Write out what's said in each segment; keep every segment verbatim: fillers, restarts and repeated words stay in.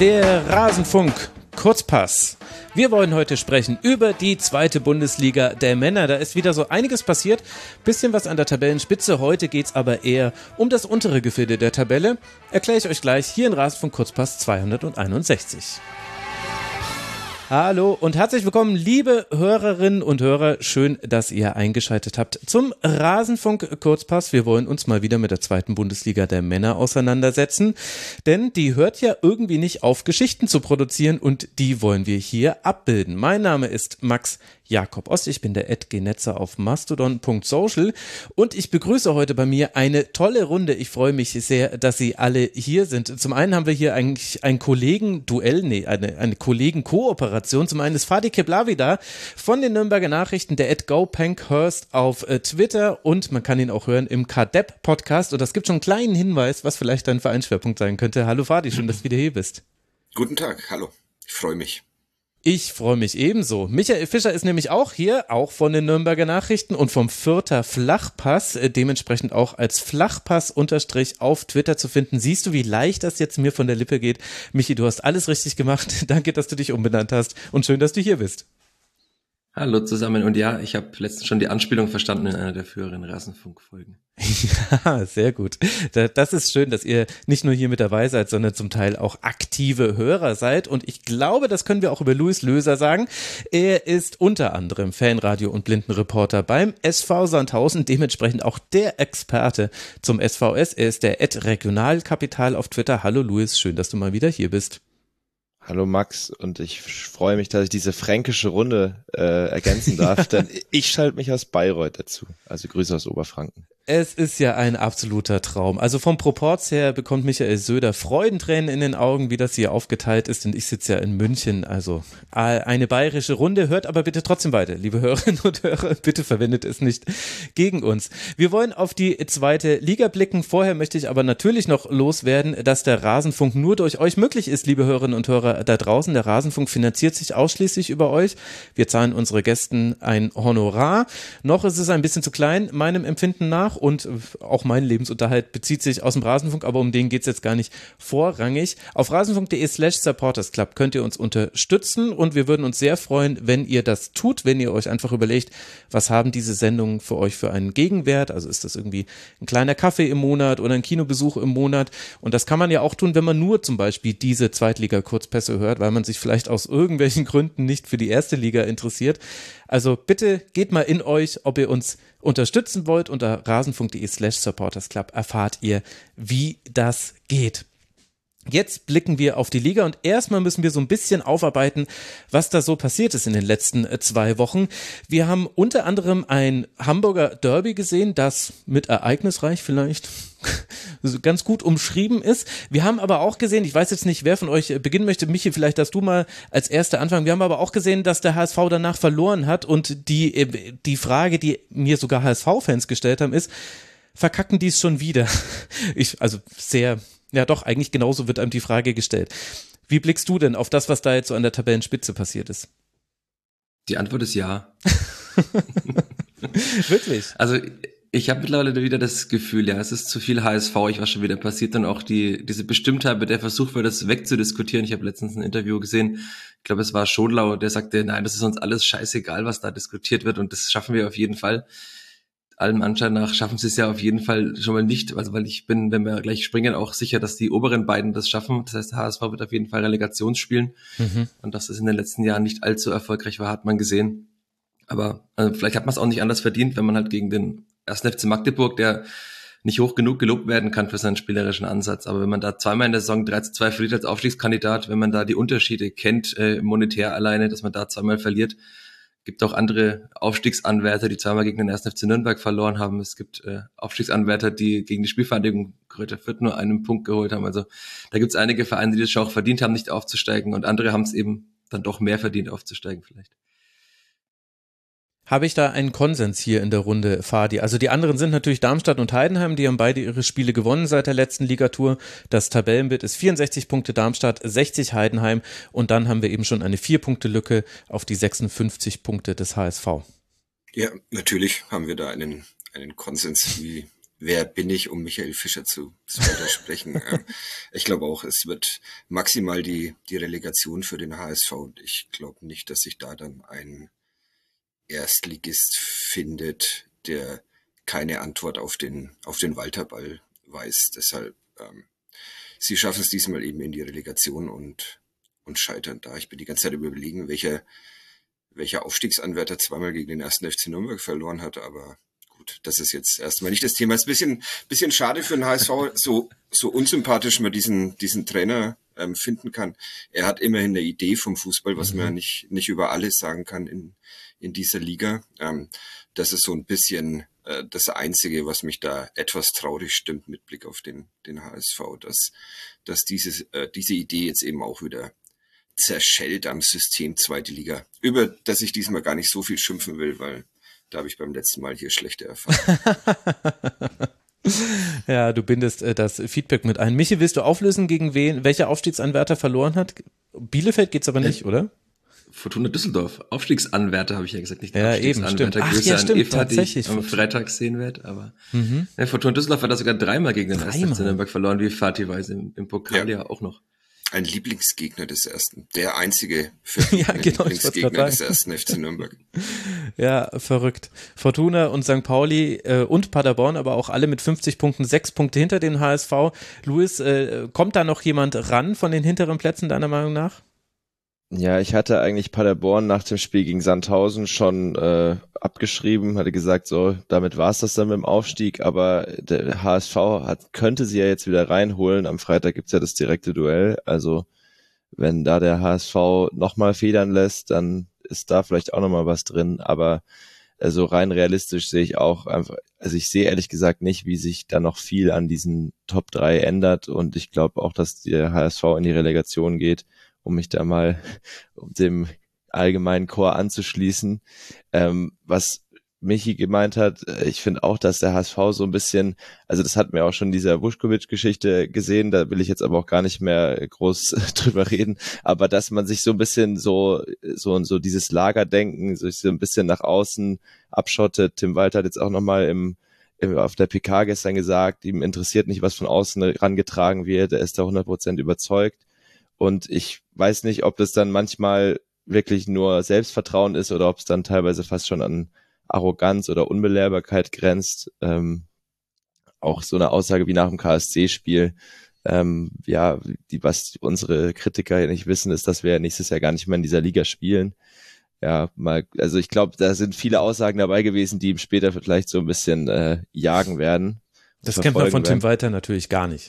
Der Rasenfunk Kurzpass. Wir wollen heute sprechen über die zweite Bundesliga der Männer. Da ist wieder so einiges passiert, bisschen was an der Tabellenspitze. Heute geht's aber eher um das untere Gefilde der Tabelle. Erkläre ich euch gleich hier in Rasenfunk Kurzpass zweihunderteinundsechzig. Hallo und herzlich willkommen, liebe Hörerinnen und Hörer. Schön, dass ihr eingeschaltet habt zum Rasenfunk Kurzpass. Wir wollen uns mal wieder mit der zweiten Bundesliga der Männer auseinandersetzen, denn die hört ja irgendwie nicht auf, Geschichten zu produzieren und die wollen wir hier abbilden. Mein Name ist Max Jakob Ost, ich bin der Ed Genetzer auf mastodon punkt social und ich begrüße heute bei mir eine tolle Runde. Ich freue mich sehr, dass Sie alle hier sind. Zum einen haben wir hier eigentlich ein Kollegen-Duell, nee, eine, eine Kollegen-Kooperation. Zum einen ist Fadi Keblavi da von den Nürnberger Nachrichten, der Ed GoPankhurst auf äh, Twitter und man kann ihn auch hören im K D E P-Podcast und das gibt schon einen kleinen Hinweis, was vielleicht dein Vereinsschwerpunkt sein könnte. Hallo Fadi, schön, dass du wieder hier bist. Guten Tag, hallo, ich freue mich. Ich freue mich ebenso. Michael Fischer ist nämlich auch hier, auch von den Nürnberger Nachrichten und vom Fürther Flachpass, äh, dementsprechend auch als Flachpass unterstrich auf Twitter zu finden. Siehst du, wie leicht das jetzt mir von der Lippe geht? Michi, du hast alles richtig gemacht. Danke, dass du dich umbenannt hast und schön, dass du hier bist. Hallo zusammen und ja, ich habe letztens schon die Anspielung verstanden in einer der früheren Rasenfunk-Folgen. Ja, sehr gut. Das ist schön, dass ihr nicht nur hier mit dabei seid, sondern zum Teil auch aktive Hörer seid und ich glaube, das können wir auch über Luis Löser sagen. Er ist unter anderem Fanradio- und Blindenreporter beim S V Sandhausen, dementsprechend auch der Experte zum S V S. Er ist der Ed Regionalkapital auf Twitter. Hallo Luis, schön, dass du mal wieder hier bist. Hallo Max und ich freue mich, dass ich diese fränkische Runde äh, ergänzen darf, denn ich schalte mich aus Bayreuth dazu, also Grüße aus Oberfranken. Es ist ja ein absoluter Traum. Also vom Proporz her bekommt Michael Söder Freudentränen in den Augen, wie das hier aufgeteilt ist. Und ich sitze ja in München. Also eine bayerische Runde. Hört aber bitte trotzdem weiter, liebe Hörerinnen und Hörer. Bitte verwendet es nicht gegen uns. Wir wollen auf die zweite Liga blicken. Vorher möchte ich aber natürlich noch loswerden, dass der Rasenfunk nur durch euch möglich ist, liebe Hörerinnen und Hörer da draußen. Der Rasenfunk finanziert sich ausschließlich über euch. Wir zahlen unsere Gästen ein Honorar. Noch ist es ein bisschen zu klein, meinem Empfinden nach. Und auch mein Lebensunterhalt bezieht sich aus dem Rasenfunk, aber um den geht's jetzt gar nicht vorrangig. Auf rasenfunk.de slash supportersclub könnt ihr uns unterstützen und wir würden uns sehr freuen, wenn ihr das tut, wenn ihr euch einfach überlegt, was haben diese Sendungen für euch für einen Gegenwert, also ist das irgendwie ein kleiner Kaffee im Monat oder ein Kinobesuch im Monat und das kann man ja auch tun, wenn man nur zum Beispiel diese Zweitliga-Kurzpässe hört, weil man sich vielleicht aus irgendwelchen Gründen nicht für die erste Liga interessiert. Also bitte geht mal in euch, ob ihr uns unterstützen wollt. Unter rasenfunk.de slash supportersclub erfahrt ihr, wie das geht. Jetzt blicken wir auf die Liga und erstmal müssen wir so ein bisschen aufarbeiten, was da so passiert ist in den letzten zwei Wochen. Wir haben unter anderem ein Hamburger Derby gesehen, das mit ereignisreich vielleicht ganz gut umschrieben ist. Wir haben aber auch gesehen, ich weiß jetzt nicht, wer von euch beginnen möchte, Michi, vielleicht darfst du mal als Erster anfangen. Wir haben aber auch gesehen, dass der H S V danach verloren hat und die, die Frage, die mir sogar H S V-Fans gestellt haben, ist, verkacken die es schon wieder? Ich, also sehr... Ja doch, eigentlich genauso wird einem die Frage gestellt. Wie blickst du denn auf das, was da jetzt so an der Tabellenspitze passiert ist? Die Antwort ist ja. Wirklich? Also ich habe mittlerweile wieder das Gefühl, ja, es ist zu viel H S V, ich was schon wieder passiert und auch die diese Bestimmtheit, mit der versucht wird, das wegzudiskutieren. Ich habe letztens ein Interview gesehen, ich glaube es war Schonlau, der sagte, nein, das ist uns alles scheißegal, was da diskutiert wird und das schaffen wir auf jeden Fall. Allem Anschein nach schaffen sie es ja auf jeden Fall schon mal nicht, also weil ich bin, wenn wir gleich springen, auch sicher, dass die oberen beiden das schaffen. Das heißt, der H S V wird auf jeden Fall Relegation spielen mhm. und dass das in den letzten Jahren nicht allzu erfolgreich war, hat man gesehen. Aber also vielleicht hat man es auch nicht anders verdient, wenn man halt gegen den ersten F C Magdeburg, der nicht hoch genug gelobt werden kann für seinen spielerischen Ansatz. Aber wenn man da zweimal in der Saison drei zu zwei verliert als Aufstiegskandidat, wenn man da die Unterschiede kennt, äh, monetär alleine, dass man da zweimal verliert, gibt auch andere Aufstiegsanwärter, die zweimal gegen den ersten F C Nürnberg verloren haben. Es gibt äh, Aufstiegsanwärter, die gegen die Spielvereinigung Greuther Fürth nur einen Punkt geholt haben. Also da gibt es einige Vereine, die das schon auch verdient haben, nicht aufzusteigen. Und andere haben es eben dann doch mehr verdient, aufzusteigen vielleicht. Habe ich da einen Konsens hier in der Runde, Fadi? Also die anderen sind natürlich Darmstadt und Heidenheim, die haben beide ihre Spiele gewonnen seit der letzten Ligatur. Das Tabellenbild ist vierundsechzig Punkte Darmstadt, sechzig Heidenheim und dann haben wir eben schon eine vier-Punkte-Lücke auf die sechsundfünfzig Punkte des H S V. Ja, natürlich haben wir da einen, einen Konsens, wie wer bin ich, um Michael Fischer zu, zu widersprechen. ähm, ich glaube auch, es wird maximal die, die Relegation für den H S V und ich glaube nicht, dass sich da dann ein Erstligist findet, der keine Antwort auf den, auf den Walterball weiß. Deshalb, ähm, sie schaffen es diesmal eben in die Relegation und, und scheitern da. Ich bin die ganze Zeit überlegen, welcher, welcher Aufstiegsanwärter zweimal gegen den ersten F C Nürnberg verloren hat, aber gut, das ist jetzt erstmal nicht das Thema. Es ist ein bisschen, bisschen schade für den H S V, so, so unsympathisch man diesen, diesen Trainer ähm, finden kann. Er hat immerhin eine Idee vom Fußball, was mhm. man nicht, nicht über alles sagen kann in, in dieser Liga. Ähm, das ist so ein bisschen äh, das Einzige, was mich da etwas traurig stimmt mit Blick auf den, den H S V, dass, dass diese, äh, diese Idee jetzt eben auch wieder zerschellt am System zweite Liga, über das ich diesmal gar nicht so viel schimpfen will, weil da habe ich beim letzten Mal hier schlechte Erfahrungen. Ja, du bindest äh, das Feedback mit ein. Michi, willst du auflösen, gegen wen, welcher Aufstiegsanwärter verloren hat? Bielefeld geht's aber nicht, äh, oder? Fortuna Düsseldorf. Aufstiegsanwärter habe ich ja gesagt, nicht ja, Aufstiegsanwärter. Eben, Ach, ja, stimmt, Eva, tatsächlich. Die ich am Freitag sehen werde, aber mhm. ja, Fortuna Düsseldorf hat da sogar dreimal gegen den ersten F C Nürnberg verloren, wie Fatih weiß, im, im Pokal ja. ja auch noch. Ein Lieblingsgegner des ersten, der einzige für ja, genau, Lieblingsgegner des ersten F C Nürnberg. Ja, verrückt. Fortuna und Sankt Pauli äh, und Paderborn, aber auch alle mit fünfzig Punkten, sechs Punkte hinter dem H S V. Luis, äh, kommt da noch jemand ran von den hinteren Plätzen deiner Meinung nach? Ja, ich hatte eigentlich Paderborn nach dem Spiel gegen Sandhausen schon äh, abgeschrieben, hatte gesagt, so, damit war's das dann mit dem Aufstieg, aber der H S V hat, könnte sie ja jetzt wieder reinholen. Am Freitag gibt's ja das direkte Duell, also wenn da der H S V nochmal federn lässt, dann ist da vielleicht auch nochmal was drin, aber also rein realistisch sehe ich auch einfach, also ich sehe ehrlich gesagt nicht, wie sich da noch viel an diesen Top drei ändert und ich glaube auch, dass der H S V in die Relegation geht, um mich da mal um dem allgemeinen Chor anzuschließen. Ähm, was Michi gemeint hat, ich finde auch, dass der H S V so ein bisschen, also das hat mir auch schon in dieser Vuskovic-Geschichte gesehen, da will ich jetzt aber auch gar nicht mehr groß drüber reden, aber dass man sich so ein bisschen so so so dieses Lagerdenken, so ein bisschen nach außen abschottet. Tim Walter hat jetzt auch nochmal im auf der P K gestern gesagt, ihm interessiert nicht, was von außen rangetragen wird, er ist da hundert Prozent überzeugt. Und ich weiß nicht, ob das dann manchmal wirklich nur Selbstvertrauen ist oder ob es dann teilweise fast schon an Arroganz oder Unbelehrbarkeit grenzt. Ähm, auch so eine Aussage wie nach dem K S C-Spiel. Ähm, ja, die, was unsere Kritiker ja nicht wissen, ist, dass wir nächstes Jahr gar nicht mehr in dieser Liga spielen. Ja, mal, also ich glaube, da sind viele Aussagen dabei gewesen, die ihm später vielleicht so ein bisschen äh, jagen werden. Das kennt man von werden. Tim Walter natürlich gar nicht.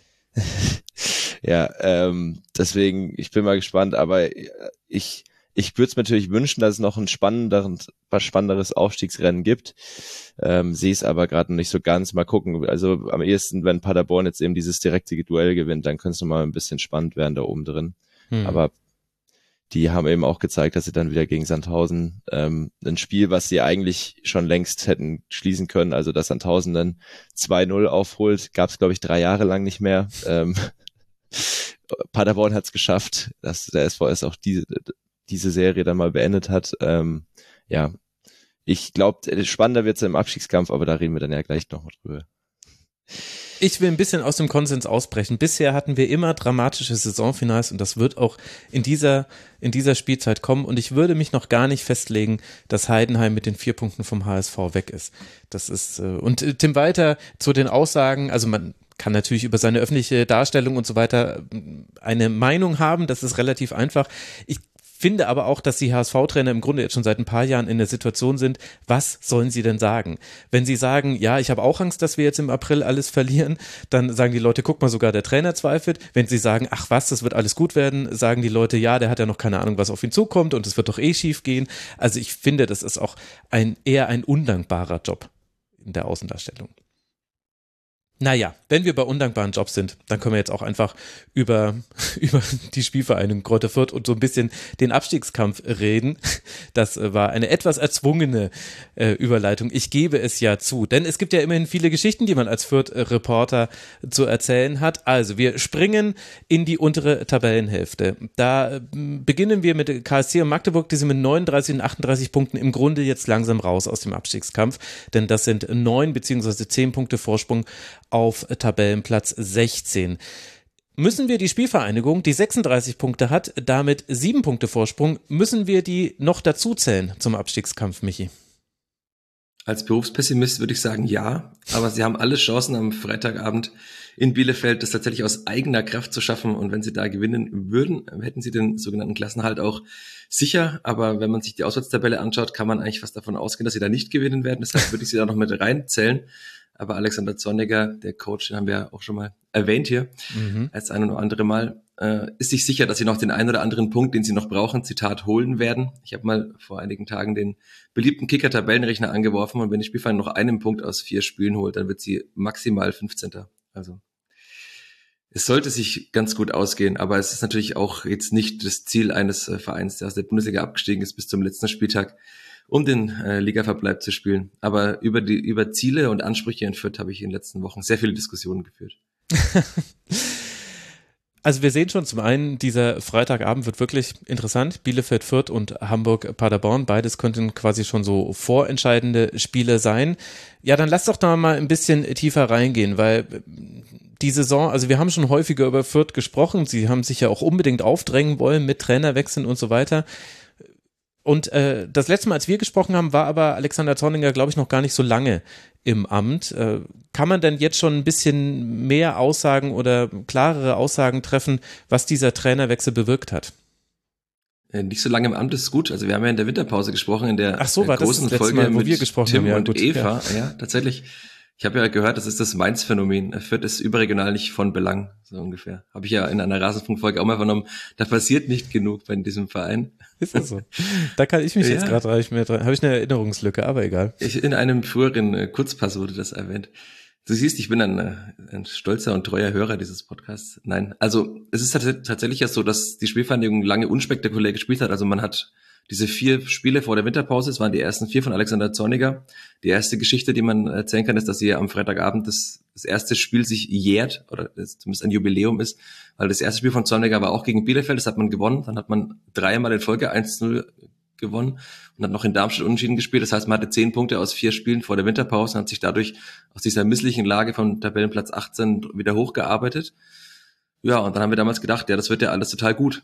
Ja, ähm, deswegen, ich bin mal gespannt, aber ich ich würde es mir natürlich wünschen, dass es noch ein spannenderes, was spannenderes Aufstiegsrennen gibt. Ähm, sehe es aber gerade noch nicht so ganz. Mal gucken. Also am ehesten, wenn Paderborn jetzt eben dieses direkte Duell gewinnt, dann könnte es nochmal ein bisschen spannend werden da oben drin. Hm. Aber die haben eben auch gezeigt, dass sie dann wieder gegen Sandhausen ähm, ein Spiel, was sie eigentlich schon längst hätten schließen können, also dass Sandhausen dann zwei null aufholt, gab es, glaube ich, drei Jahre lang nicht mehr. Ähm, Paderborn hat es geschafft, dass der S V S auch diese diese Serie dann mal beendet hat. Ähm, ja, ich glaube, spannender wird es im Abstiegskampf, aber da reden wir dann ja gleich noch mal drüber. Ich will ein bisschen aus dem Konsens ausbrechen. Bisher hatten wir immer dramatische Saisonfinals und das wird auch in dieser, in dieser Spielzeit kommen und ich würde mich noch gar nicht festlegen, dass Heidenheim mit den vier Punkten vom H S V weg ist. Das ist, und Tim Walter zu den Aussagen, also man kann natürlich über seine öffentliche Darstellung und so weiter eine Meinung haben, das ist relativ einfach. Ich finde aber auch, dass die H S V-Trainer im Grunde jetzt schon seit ein paar Jahren in der Situation sind, was sollen sie denn sagen? Wenn sie sagen, ja, ich habe auch Angst, dass wir jetzt im April alles verlieren, dann sagen die Leute, guck mal, sogar der Trainer zweifelt. Wenn sie sagen, ach was, das wird alles gut werden, sagen die Leute, ja, der hat ja noch keine Ahnung, was auf ihn zukommt und es wird doch eh schief gehen. Also ich finde, das ist auch ein eher ein undankbarer Job in der Außendarstellung. Naja, wenn wir bei undankbaren Jobs sind, dann können wir jetzt auch einfach über, über die Spielvereinigung Greuther Fürth und so ein bisschen den Abstiegskampf reden. Das war eine etwas erzwungene äh, Überleitung. Ich gebe es ja zu, denn es gibt ja immerhin viele Geschichten, die man als Fürth-Reporter zu erzählen hat. Also wir springen in die untere Tabellenhälfte. Da äh, beginnen wir mit K S C und Magdeburg, die sind mit neununddreißig und achtunddreißig Punkten im Grunde jetzt langsam raus aus dem Abstiegskampf, denn das sind neun beziehungsweise zehn Punkte Vorsprung auf Tabellenplatz sechzehn. Müssen wir die Spielvereinigung, die sechsunddreißig Punkte hat, damit sieben Punkte Vorsprung, müssen wir die noch dazu zählen zum Abstiegskampf, Michi? Als Berufspessimist würde ich sagen, ja, aber sie haben alle Chancen am Freitagabend in Bielefeld, das tatsächlich aus eigener Kraft zu schaffen, und wenn sie da gewinnen würden, hätten sie den sogenannten Klassenhalt auch sicher, aber wenn man sich die Auswärtstabelle anschaut, kann man eigentlich fast davon ausgehen, dass sie da nicht gewinnen werden, deshalb würde ich sie da noch mit reinzählen. Aber Alexander Zorniger, der Coach, den haben wir ja auch schon mal erwähnt hier, mhm. als ein oder andere Mal, äh, ist sich sicher, dass sie noch den einen oder anderen Punkt, den sie noch brauchen, Zitat, holen werden. Ich habe mal vor einigen Tagen den beliebten Kicker-Tabellenrechner angeworfen, und wenn die Spielvereinigung noch einen Punkt aus vier Spielen holt, dann wird sie maximal fünfzehnter. Also es sollte sich ganz gut ausgehen, aber es ist natürlich auch jetzt nicht das Ziel eines äh, Vereins, der aus der Bundesliga abgestiegen ist, bis zum letzten Spieltag um den äh, Ligaverbleib zu spielen. Aber über die über Ziele und Ansprüche in Fürth habe ich in den letzten Wochen sehr viele Diskussionen geführt. Also wir sehen schon, zum einen, dieser Freitagabend wird wirklich interessant. Bielefeld, Fürth und Hamburg, Paderborn, beides könnten quasi schon so vorentscheidende Spiele sein. Ja, dann lass doch da mal ein bisschen tiefer reingehen, weil die Saison, also wir haben schon häufiger über Fürth gesprochen, sie haben sich ja auch unbedingt aufdrängen wollen mit Trainerwechseln und so weiter. Und äh, das letzte Mal, als wir gesprochen haben, war aber Alexander Zorniger, glaube ich, noch gar nicht so lange im Amt. Äh, kann man denn jetzt schon ein bisschen mehr Aussagen oder klarere Aussagen treffen, was dieser Trainerwechsel bewirkt hat? Nicht so lange im Amt ist gut. Also wir haben ja in der Winterpause gesprochen, in der Ach so, war großen das das Folge Mal, wo mit wir gesprochen Tim haben. Ja, und gut, Eva. Ja. ja, tatsächlich. Ich habe ja gehört, das ist das Mainz-Phänomen. Fürth ist überregional nicht von Belang, so ungefähr. Habe ich ja in einer Rasenfunkfolge auch mal vernommen. Da passiert nicht genug bei diesem Verein. Ist das so? Da kann ich mich ja. jetzt gerade reich mehr dran. Habe ich eine Erinnerungslücke, aber egal. Ich, in einem früheren Kurzpass wurde das erwähnt. Du siehst, ich bin ein, ein stolzer und treuer Hörer dieses Podcasts. Nein, also es ist tatsächlich ja so, dass die Spielvereinigung lange unspektakulär gespielt hat. Also man hat diese vier Spiele vor der Winterpause, es waren die ersten vier von Alexander Zorniger. Die erste Geschichte, die man erzählen kann, ist, dass sie am Freitagabend das, das erste Spiel sich jährt, oder das zumindest ein Jubiläum ist, weil das erste Spiel von Zorniger war auch gegen Bielefeld, das hat man gewonnen, dann hat man dreimal in Folge eins zu null gewonnen und hat noch in Darmstadt unentschieden gespielt. Das heißt, man hatte zehn Punkte aus vier Spielen vor der Winterpause und hat sich dadurch aus dieser misslichen Lage von Tabellenplatz achtzehn wieder hochgearbeitet. Ja, und dann haben wir damals gedacht, ja, das wird ja alles total gut.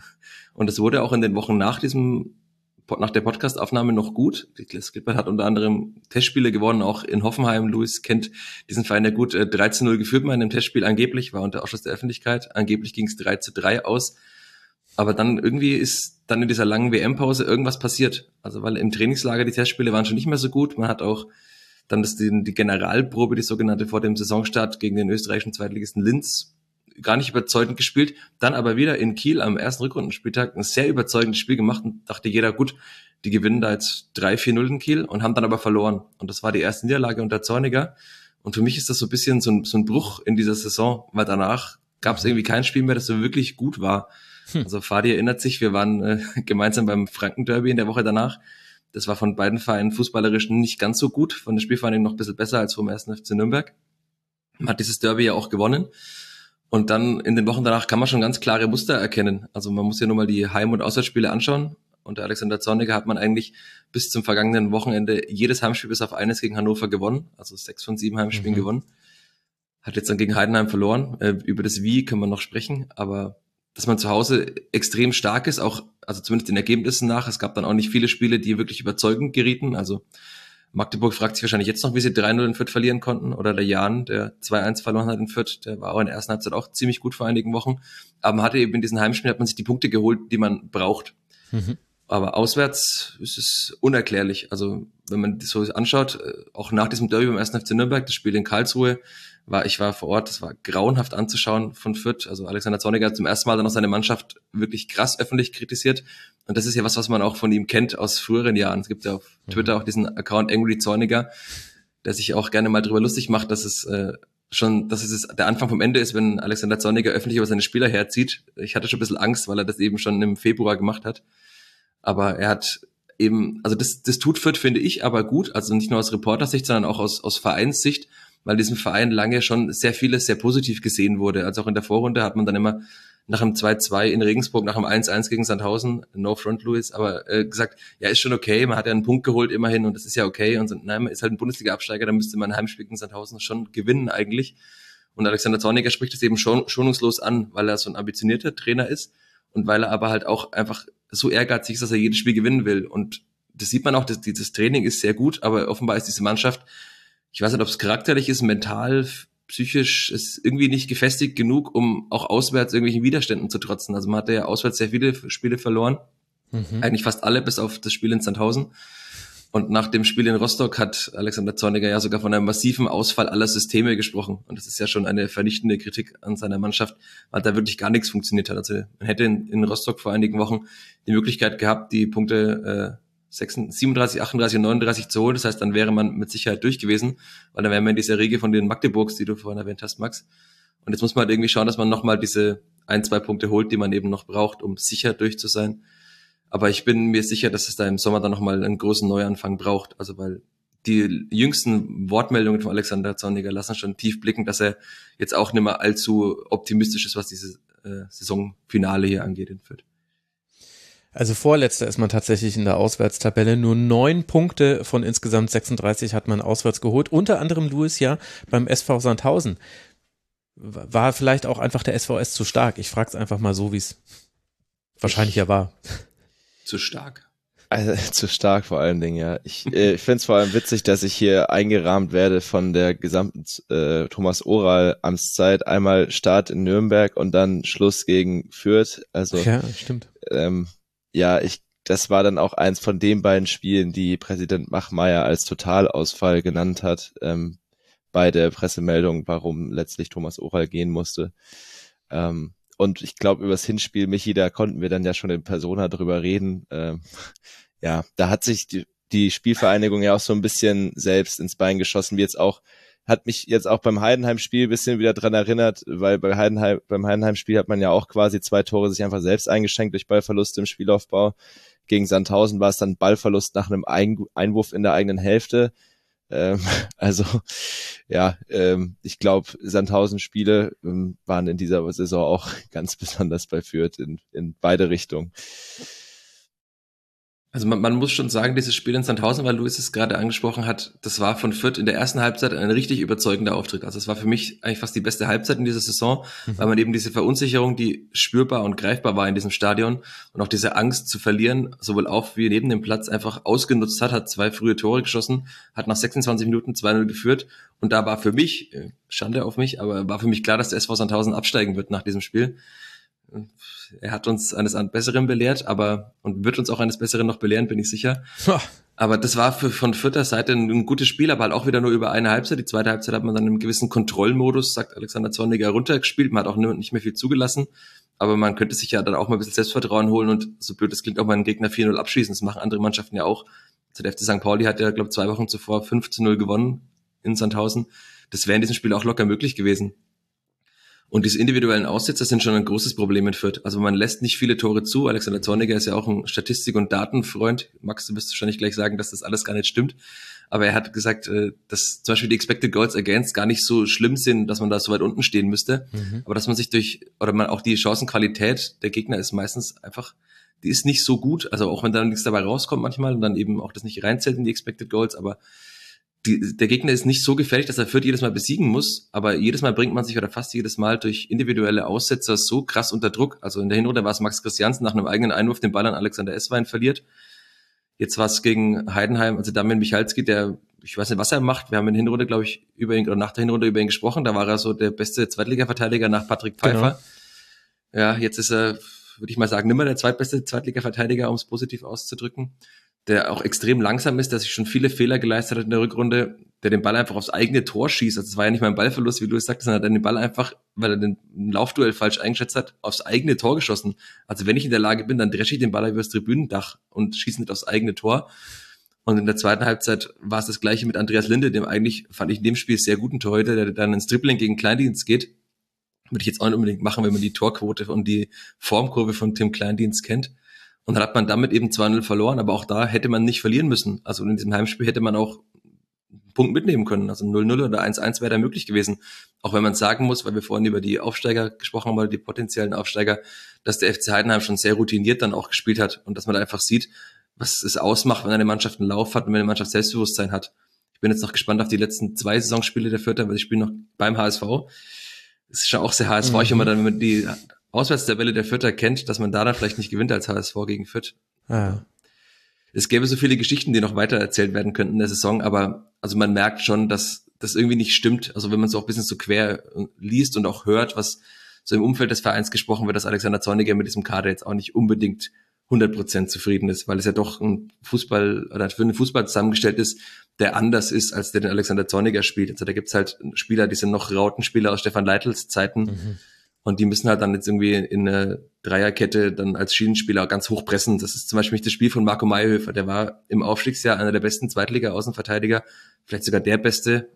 Und es wurde auch in den Wochen nach diesem, nach der Podcast-Aufnahme noch gut. Niklas Klippert hat unter anderem Testspiele gewonnen, auch in Hoffenheim. Luis kennt diesen Verein ja gut. drei zu null geführt mal in dem Testspiel angeblich, war unter Ausschuss der Öffentlichkeit. Angeblich ging es drei zu drei aus. Aber dann irgendwie ist dann in dieser langen W M-Pause irgendwas passiert. Also weil im Trainingslager die Testspiele waren schon nicht mehr so gut. Man hat auch dann das, die, die Generalprobe, die sogenannte, vor dem Saisonstart gegen den österreichischen Zweitligisten Linz gar nicht überzeugend gespielt, dann aber wieder in Kiel am ersten Rückrundenspieltag ein sehr überzeugendes Spiel gemacht und dachte jeder, gut, die gewinnen da jetzt drei vier null in Kiel und haben dann aber verloren. Und das war die erste Niederlage unter Zorniger. Und für mich ist das so ein bisschen so ein, so ein Bruch in dieser Saison, weil danach gab es irgendwie kein Spiel mehr, das so wirklich gut war. Hm. Also Fadi erinnert sich, wir waren äh, gemeinsam beim Franken-Derby in der Woche danach. Das war von beiden Vereinen fußballerisch nicht ganz so gut, von der Spielvereinigung noch ein bisschen besser als vom ersten F C Nürnberg. Man hat dieses Derby ja auch gewonnen. Und dann in den Wochen danach kann man schon ganz klare Muster erkennen. Also man muss ja nur mal die Heim- und Auswärtsspiele anschauen. Unter Alexander Zorniger hat man eigentlich bis zum vergangenen Wochenende jedes Heimspiel bis auf eines gegen Hannover gewonnen. Also sechs von sieben Heimspielen mhm. gewonnen. Hat jetzt dann gegen Heidenheim verloren. Äh, über das Wie können wir noch sprechen. Aber dass man zu Hause extrem stark ist, auch, also zumindest den Ergebnissen nach. Es gab dann auch nicht viele Spiele, die wirklich überzeugend gerieten. Also Magdeburg fragt sich wahrscheinlich jetzt noch, wie sie drei null in Fürth verlieren konnten. Oder der Jan, der zwei eins verloren hat in Fürth, der war auch in der ersten Halbzeit auch ziemlich gut vor einigen Wochen. Aber man hatte eben in diesen Heimspielen, hat man sich die Punkte geholt, die man braucht. Mhm. Aber auswärts ist es unerklärlich. Also wenn man das so anschaut, auch nach diesem Derby beim ersten F C Nürnberg, das Spiel in Karlsruhe, war ich war vor Ort, das war grauenhaft anzuschauen von Fürth. Also Alexander Zorniger hat zum ersten Mal dann auch seine Mannschaft wirklich krass öffentlich kritisiert. Und das ist ja was, was man auch von ihm kennt aus früheren Jahren. Es gibt ja auf Twitter auch diesen Account Angry Zorniger, der sich auch gerne mal drüber lustig macht, dass es äh, schon, dass es der Anfang vom Ende ist, wenn Alexander Zorniger öffentlich über seine Spieler herzieht. Ich hatte schon ein bisschen Angst, weil er das eben schon im Februar gemacht hat. Aber er hat eben, also das, das tut Fürth, finde ich, aber gut, also nicht nur aus Reportersicht, sondern auch aus, aus Vereinssicht, weil diesem Verein lange schon sehr vieles sehr positiv gesehen wurde. Also auch in der Vorrunde hat man dann immer nach dem zwei zwei in Regensburg, nach dem eins eins gegen Sandhausen, no front Louis, aber äh, gesagt, ja, ist schon okay, man hat ja einen Punkt geholt immerhin und das ist ja okay und so, nein, man ist halt ein Bundesliga-Absteiger, da müsste man ein Heimspiel gegen Sandhausen schon gewinnen eigentlich. Und Alexander Zorniger spricht es eben schon schonungslos an, weil er so ein ambitionierter Trainer ist und weil er aber halt auch einfach so ehrgeizig ist, dass er jedes Spiel gewinnen will. Und das sieht man auch, dass dieses Training ist sehr gut, aber offenbar ist diese Mannschaft, ich weiß nicht, ob es charakterlich ist, mental, psychisch, ist irgendwie nicht gefestigt genug, um auch auswärts irgendwelchen Widerständen zu trotzen. Also man hatte ja auswärts sehr viele Spiele verloren, mhm. eigentlich fast alle, bis auf das Spiel in Sandhausen. Und nach dem Spiel in Rostock hat Alexander Zorniger ja sogar von einem massiven Ausfall aller Systeme gesprochen. Und das ist ja schon eine vernichtende Kritik an seiner Mannschaft, weil da wirklich gar nichts funktioniert hat. Also man hätte in, in Rostock vor einigen Wochen die Möglichkeit gehabt, die Punkte äh, siebenunddreißig, achtunddreißig und neununddreißig zu holen. Das heißt, dann wäre man mit Sicherheit durch gewesen, weil dann wären wir in dieser Riege von den Magdeburgs, die du vorhin erwähnt hast, Max. Und jetzt muss man halt irgendwie schauen, dass man nochmal diese ein, zwei Punkte holt, die man eben noch braucht, um sicher durch zu sein. Aber ich bin mir sicher, dass es da im Sommer dann nochmal einen großen Neuanfang braucht. Also weil die jüngsten Wortmeldungen von Alexander Zorniger lassen schon tief blicken, dass er jetzt auch nicht mehr allzu optimistisch ist, was dieses äh, Saisonfinale hier angeht in Fürth. Also vorletzter ist man tatsächlich in der Auswärtstabelle. Nur neun Punkte von insgesamt sechsunddreißig hat man auswärts geholt. Unter anderem, Louis, ja, beim S V Sandhausen. War vielleicht auch einfach der S V S zu stark. Ich frage es einfach mal so, wie es wahrscheinlich ja war. Zu stark. Also, zu stark vor allen Dingen, ja. Ich, äh, ich finde es vor allem witzig, dass ich hier eingerahmt werde von der gesamten äh, Thomas Oral Amtszeit. Einmal Start in Nürnberg und dann Schluss gegen Fürth. Also ja, stimmt. Ähm, ja, ich, das war dann auch eins von den beiden Spielen, die Präsident Machmeier als Totalausfall genannt hat, ähm, bei der Pressemeldung, warum letztlich Thomas Oral gehen musste. Ähm, und ich glaube, über das Hinspiel, Michi, da konnten wir dann ja schon in Persona drüber reden. Ähm, ja, da hat sich die, die Spielvereinigung ja auch so ein bisschen selbst ins Bein geschossen, wie jetzt auch, hat mich jetzt auch beim Heidenheim-Spiel ein bisschen wieder dran erinnert, weil bei Heidenheim, beim Heidenheim-Spiel hat man ja auch quasi zwei Tore sich einfach selbst eingeschenkt durch Ballverluste im Spielaufbau. Gegen Sandhausen war es dann Ballverlust nach einem Einwurf in der eigenen Hälfte. Ähm, also ja, ähm, ich glaube, Sandhausen-Spiele ähm, waren in dieser Saison auch ganz besonders bei Fürth in, in beide Richtungen. Also man, man muss schon sagen, dieses Spiel in Sandhausen, weil Luis es gerade angesprochen hat, das war von Fürth in der ersten Halbzeit ein richtig überzeugender Auftritt. Also es war für mich eigentlich fast die beste Halbzeit in dieser Saison, mhm. weil man eben diese Verunsicherung, die spürbar und greifbar war in diesem Stadion und auch diese Angst zu verlieren, sowohl auf wie neben dem Platz einfach ausgenutzt hat, hat zwei frühe Tore geschossen, hat nach sechsundzwanzig Minuten zwei null geführt und da war für mich, Schande auf mich, aber war für mich klar, dass der S V Sandhausen absteigen wird nach diesem Spiel. Er hat uns eines Besseren belehrt, aber und wird uns auch eines Besseren noch belehren, bin ich sicher. Ja. Aber das war für, von Fürther Seite ein, ein gutes Spiel, aber halt auch wieder nur über eine Halbzeit. Die zweite Halbzeit hat man dann im gewissen Kontrollmodus, sagt Alexander Zorniger, runtergespielt. Man hat auch nicht mehr viel zugelassen, aber man könnte sich ja dann auch mal ein bisschen Selbstvertrauen holen und so blöd es klingt, auch mal einen Gegner vier null abschießen. Das machen andere Mannschaften ja auch. Also der F C Sankt Pauli hat ja, glaube ich, zwei Wochen zuvor fünf zu null gewonnen in Sandhausen. Das wäre in diesem Spiel auch locker möglich gewesen. Und diese individuellen Aussetzer sind schon ein großes Problem in Fürth. Also man lässt nicht viele Tore zu. Alexander Zorniger ist ja auch ein Statistik- und Datenfreund. Max, du wirst wahrscheinlich gleich sagen, dass das alles gar nicht stimmt. Aber er hat gesagt, dass zum Beispiel die Expected Goals Against gar nicht so schlimm sind, dass man da so weit unten stehen müsste. Mhm. Aber dass man sich durch, oder man auch die Chancenqualität der Gegner ist meistens einfach, die ist nicht so gut. Also auch wenn da nichts dabei rauskommt manchmal und dann eben auch das nicht reinzählt in die Expected Goals, aber Die, der Gegner ist nicht so gefährlich, dass er Fürth jedes Mal besiegen muss, aber jedes Mal bringt man sich oder fast jedes Mal durch individuelle Aussetzer so krass unter Druck. Also in der Hinrunde war es Max Christiansen nach einem eigenen Einwurf den Ball an Alexander Esswein verliert. Jetzt war es gegen Heidenheim, also Damian Michalski, der, ich weiß nicht, was er macht. Wir haben in der Hinrunde, glaube ich, über ihn oder nach der Hinrunde über ihn gesprochen. Da war er so der beste Zweitliga-Verteidiger nach Patrick Pfeiffer. Genau. Ja, jetzt ist er, würde ich mal sagen, nimmer der zweitbeste Zweitliga-Verteidiger, um es positiv auszudrücken, der auch extrem langsam ist, der sich schon viele Fehler geleistet hat in der Rückrunde, der den Ball einfach aufs eigene Tor schießt. Also es war ja nicht mal ein Ballverlust, wie du es sagtest, sondern er hat den Ball einfach, weil er den Laufduell falsch eingeschätzt hat, aufs eigene Tor geschossen. Also wenn ich in der Lage bin, dann dresche ich den Ball übers Tribünendach und schieße nicht aufs eigene Tor. Und in der zweiten Halbzeit war es das Gleiche mit Andreas Linde, dem eigentlich, fand ich in dem Spiel sehr guten Torhüter, der dann ins Dribbling gegen Kleindienst geht. Würde ich jetzt auch nicht unbedingt machen, wenn man die Torquote und die Formkurve von Tim Kleindienst kennt. Und dann hat man damit eben zwei null verloren, aber auch da hätte man nicht verlieren müssen. Also in diesem Heimspiel hätte man auch einen Punkt mitnehmen können. Also null null oder eins eins wäre da möglich gewesen. Auch wenn man sagen muss, weil wir vorhin über die Aufsteiger gesprochen haben, oder die potenziellen Aufsteiger, dass der F C Heidenheim schon sehr routiniert dann auch gespielt hat und dass man da einfach sieht, was es ausmacht, wenn eine Mannschaft einen Lauf hat und wenn eine Mannschaft Selbstbewusstsein hat. Ich bin jetzt noch gespannt auf die letzten zwei Saisonspiele der Fürther, weil ich spiele noch beim H S V. Es ist schon auch sehr H S V, mhm. wenn man dann, wenn man die Auswärtstabelle der Fürther kennt, dass man da dann vielleicht nicht gewinnt als H S V gegen Fürth. Ah. Es gäbe so viele Geschichten, die noch weiter erzählt werden könnten in der Saison, aber also man merkt schon, dass das irgendwie nicht stimmt. Also wenn man so auch ein bisschen so quer liest und auch hört, was so im Umfeld des Vereins gesprochen wird, dass Alexander Zorniger mit diesem Kader jetzt auch nicht unbedingt hundert Prozent zufrieden ist, weil es ja doch ein Fußball oder für einen Fußball zusammengestellt ist, der anders ist, als der den Alexander Zorniger spielt. Also da gibt's halt Spieler, die sind noch Rautenspieler aus Stefan Leitls Zeiten mhm. und die müssen halt dann jetzt irgendwie in eine Dreierkette dann als Schienenspieler ganz hoch pressen. Das ist zum Beispiel nicht das Spiel von Marco Mayhöfer, der war im Aufstiegsjahr einer der besten Zweitliga-Außenverteidiger, vielleicht sogar der beste.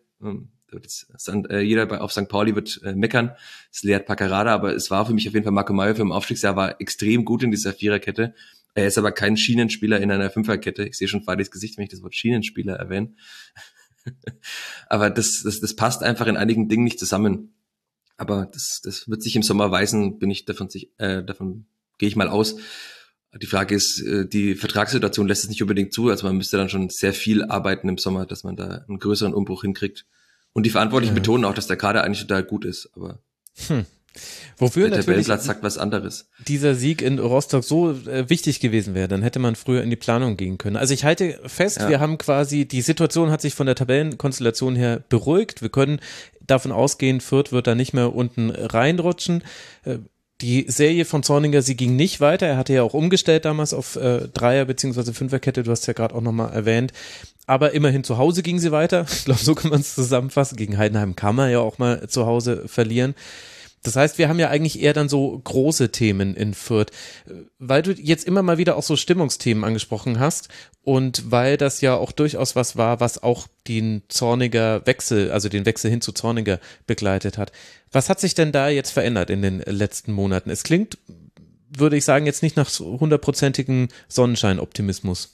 Jeder bei, auf Sankt Pauli wird äh, meckern, es lehrt Paccarada, aber es war für mich auf jeden Fall Marco Mayhöfer im Aufstiegsjahr, war extrem gut in dieser Viererkette. Er ist aber kein Schienenspieler in einer Fünferkette. Ich sehe schon Fadis Gesicht, wenn ich das Wort Schienenspieler erwähne. aber das, das, das passt einfach in einigen Dingen nicht zusammen. Aber das, das wird sich im Sommer weisen, bin ich davon, äh, davon gehe ich mal aus. Die Frage ist, die Vertragssituation lässt es nicht unbedingt zu, also man müsste dann schon sehr viel arbeiten im Sommer, dass man da einen größeren Umbruch hinkriegt. Und die Verantwortlichen ja. betonen auch, dass der Kader eigentlich total gut ist, aber hm. Wofür der Tabellenplatz sagt was anderes. Dieser Sieg in Rostock so äh, wichtig gewesen wäre, dann hätte man früher in die Planung gehen können. Also ich halte fest, ja. wir haben quasi, die Situation hat sich von der Tabellenkonstellation her beruhigt. Wir können davon ausgehen, Fürth wird da nicht mehr unten reinrutschen. Äh, Die Serie von Zorniger, sie ging nicht weiter. Er hatte ja auch umgestellt damals auf äh, Dreier- bzw. Fünferkette. Du hast ja gerade auch nochmal erwähnt. Aber immerhin zu Hause ging sie weiter. Ich glaube, so kann man es zusammenfassen. Gegen Heidenheim kann man ja auch mal zu Hause verlieren. Das heißt, wir haben ja eigentlich eher dann so große Themen in Fürth. Weil du jetzt immer mal wieder auch so Stimmungsthemen angesprochen hast und weil das ja auch durchaus was war, was auch den Zorniger Wechsel, also den Wechsel hin zu Zorniger begleitet hat. Was hat sich denn da jetzt verändert in den letzten Monaten? Es klingt, würde ich sagen, jetzt nicht nach hundertprozentigen Sonnenschein-Optimismus.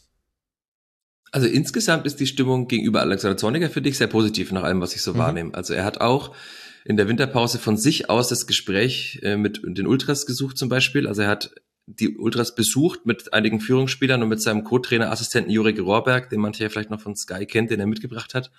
Also insgesamt ist die Stimmung gegenüber Alexander Zorniger für dich sehr positiv, nach allem, was ich so mhm. wahrnehme. Also er hat auch in der Winterpause von sich aus das Gespräch äh, mit den Ultras gesucht zum Beispiel. Also er hat die Ultras besucht mit einigen Führungsspielern und mit seinem Co-Trainer, Assistenten Jurek Rohrberg, den manche ja vielleicht noch von Sky kennt, den er mitgebracht hat.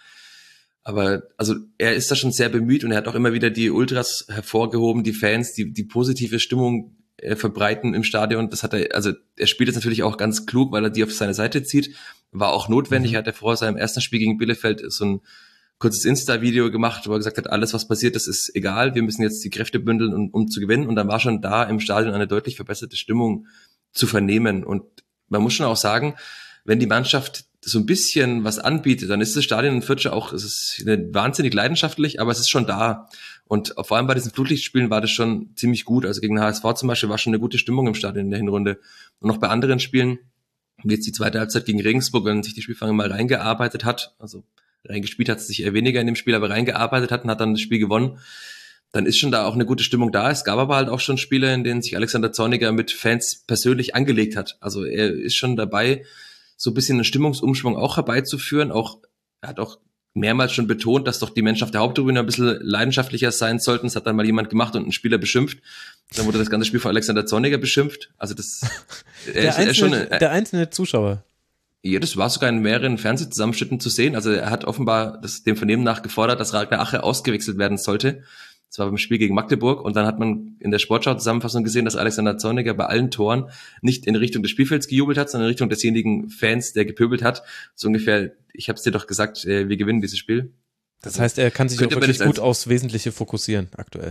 Aber also er ist da schon sehr bemüht und er hat auch immer wieder die Ultras hervorgehoben, die Fans, die die positive Stimmung äh, verbreiten im Stadion. Das hat er, also er spielt jetzt natürlich auch ganz klug, weil er die auf seine Seite zieht. War auch notwendig. Mhm. Er hat ja vor seinem ersten Spiel gegen Bielefeld so ein kurzes Insta-Video gemacht, wo er gesagt hat, alles was passiert ist, ist egal, wir müssen jetzt die Kräfte bündeln, um, um zu gewinnen. Und dann war schon da im Stadion eine deutlich verbesserte Stimmung zu vernehmen. Und man muss schon auch sagen, wenn die Mannschaft so ein bisschen was anbietet, dann ist das Stadion in Fürth auch, es ist wahnsinnig leidenschaftlich, aber es ist schon da. Und vor allem bei diesen Flutlichtspielen war das schon ziemlich gut. Also gegen den H S V zum Beispiel war schon eine gute Stimmung im Stadion in der Hinrunde. Und auch bei anderen Spielen, wie jetzt die zweite Halbzeit gegen Regensburg, wenn sich die Spielfang mal reingearbeitet hat, also reingespielt hat es sich eher weniger in dem Spiel, aber reingearbeitet hat und hat dann das Spiel gewonnen, dann ist schon da auch eine gute Stimmung da. Es gab aber halt auch schon Spiele, in denen sich Alexander Zorniger mit Fans persönlich angelegt hat. Also er ist schon dabei, so ein bisschen einen Stimmungsumschwung auch herbeizuführen. Auch, er hat auch mehrmals schon betont, dass doch die Menschen auf der Haupttribüne ein bisschen leidenschaftlicher sein sollten. Das hat dann mal jemand gemacht und einen Spieler beschimpft. Dann wurde das ganze Spiel von Alexander Zorniger beschimpft. Also das der, er ist, einzelne, er ist schon eine, der einzelne Zuschauer. Ja, das war sogar in mehreren Fernsehzusammenschnitten zu sehen. Also er hat offenbar das, dem Vernehmen nach gefordert, dass Ragnar Ache ausgewechselt werden sollte. Das war beim Spiel gegen Magdeburg. Und dann hat man in der Sportschau-Zusammenfassung gesehen, dass Alexander Zorniger bei allen Toren nicht in Richtung des Spielfelds gejubelt hat, sondern in Richtung desjenigen Fans, der gepöbelt hat. So ungefähr, ich habe es dir doch gesagt, wir gewinnen dieses Spiel. Das heißt, er kann sich auch wirklich gut aufs Wesentliche fokussieren aktuell.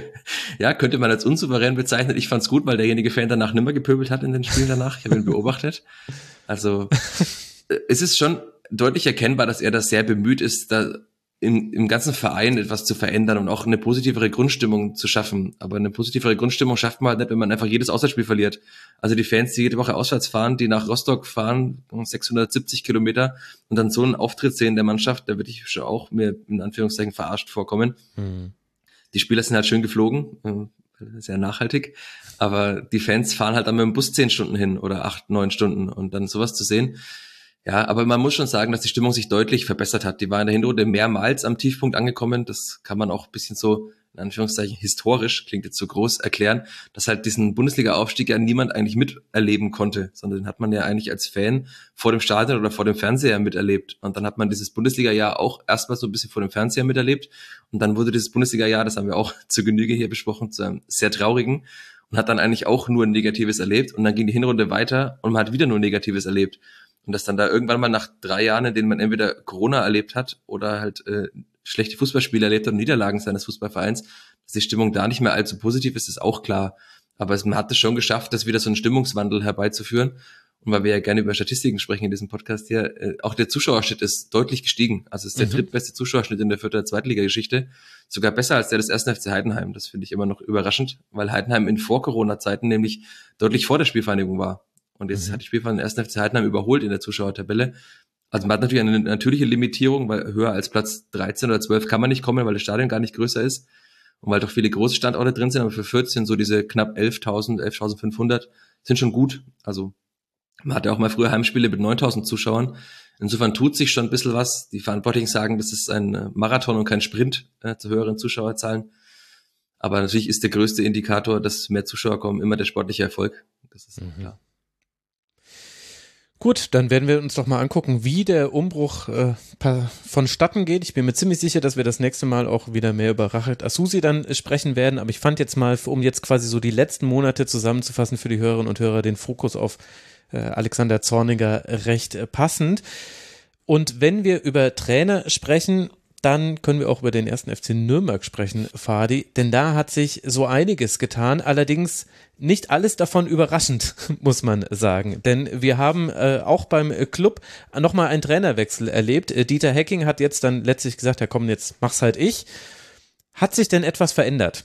Ja, könnte man als unsouverän bezeichnen. Ich fand's gut, weil derjenige Fan danach nimmer gepöbelt hat in den Spielen danach. Ich habe ihn beobachtet. Also es ist schon deutlich erkennbar, dass er da sehr bemüht ist, da im, im ganzen Verein etwas zu verändern und auch eine positivere Grundstimmung zu schaffen. Aber eine positivere Grundstimmung schafft man halt nicht, wenn man einfach jedes Auswärtsspiel verliert. Also die Fans, die jede Woche auswärts fahren, die nach Rostock fahren, sechshundertsiebzig Kilometer und dann so einen Auftritt sehen der Mannschaft, da würde ich schon auch mir in Anführungszeichen verarscht vorkommen. Mhm. Die Spieler sind halt schön geflogen, sehr nachhaltig, aber die Fans fahren halt dann mit dem Bus zehn Stunden hin oder acht, neun Stunden und dann sowas zu sehen. Ja, aber man muss schon sagen, dass die Stimmung sich deutlich verbessert hat. Die war in der Hinrunde mehrmals am Tiefpunkt angekommen. Das kann man auch ein bisschen so, in Anführungszeichen, historisch, klingt jetzt so groß, erklären, dass halt diesen Bundesliga-Aufstieg ja niemand eigentlich miterleben konnte, sondern den hat man ja eigentlich als Fan vor dem Stadion oder vor dem Fernseher miterlebt. Und dann hat man dieses Bundesliga-Jahr auch erstmal so ein bisschen vor dem Fernseher miterlebt. Und dann wurde dieses Bundesliga-Jahr, das haben wir auch zur Genüge hier besprochen, zu einem sehr traurigen und hat dann eigentlich auch nur Negatives erlebt. Und dann ging die Hinrunde weiter und man hat wieder nur Negatives erlebt. Und dass dann da irgendwann mal nach drei Jahren, in denen man entweder Corona erlebt hat oder halt äh, schlechte Fußballspiele erlebt hat und Niederlagen seines Fußballvereins, dass die Stimmung da nicht mehr allzu positiv ist, ist auch klar. Aber es, man hat es schon geschafft, das wieder so einen Stimmungswandel herbeizuführen. Und weil wir ja gerne über Statistiken sprechen in diesem Podcast hier, äh, auch der Zuschauerschnitt ist deutlich gestiegen. Also es ist der mhm. drittbeste Zuschauerschnitt in der Vierter Zweitliga-Geschichte. Sogar besser als der des ersten F C Heidenheim. Das finde ich immer noch überraschend, weil Heidenheim in Vor-Corona-Zeiten nämlich deutlich vor der Spielvereinigung war. Und jetzt mhm. hat die Spielvereinigung den ersten F C Heidenheim überholt in der Zuschauertabelle. Also man hat natürlich eine natürliche Limitierung, weil höher als Platz dreizehn oder zwölf kann man nicht kommen, weil das Stadion gar nicht größer ist und weil doch viele große Standorte drin sind. Aber für vierzehn so diese knapp elftausend, elftausendfünfhundert sind schon gut. Also man hatte auch mal früher Heimspiele mit neuntausend Zuschauern. Insofern tut sich schon ein bisschen was. Die Verantwortlichen sagen, das ist ein Marathon und kein Sprint äh, zu höheren Zuschauerzahlen. Aber natürlich ist der größte Indikator, dass mehr Zuschauer kommen, immer der sportliche Erfolg. Das ist mhm. klar. Gut, dann werden wir uns doch mal angucken, wie der Umbruch äh, vonstatten geht. Ich bin mir ziemlich sicher, dass wir das nächste Mal auch wieder mehr über Rachet Asusi dann äh, sprechen werden. Aber ich fand jetzt mal, um jetzt quasi so die letzten Monate zusammenzufassen für die Hörerinnen und Hörer, den Fokus auf äh, Alexander Zorniger recht äh, passend. Und wenn wir über Trainer sprechen, dann können wir auch über den ersten F C Nürnberg sprechen, Fadi, denn da hat sich so einiges getan, allerdings nicht alles davon überraschend, muss man sagen, denn wir haben äh, auch beim Club nochmal einen Trainerwechsel erlebt. Äh, Dieter Hecking hat jetzt dann letztlich gesagt, ja komm, jetzt mach's halt ich. Hat sich denn etwas verändert?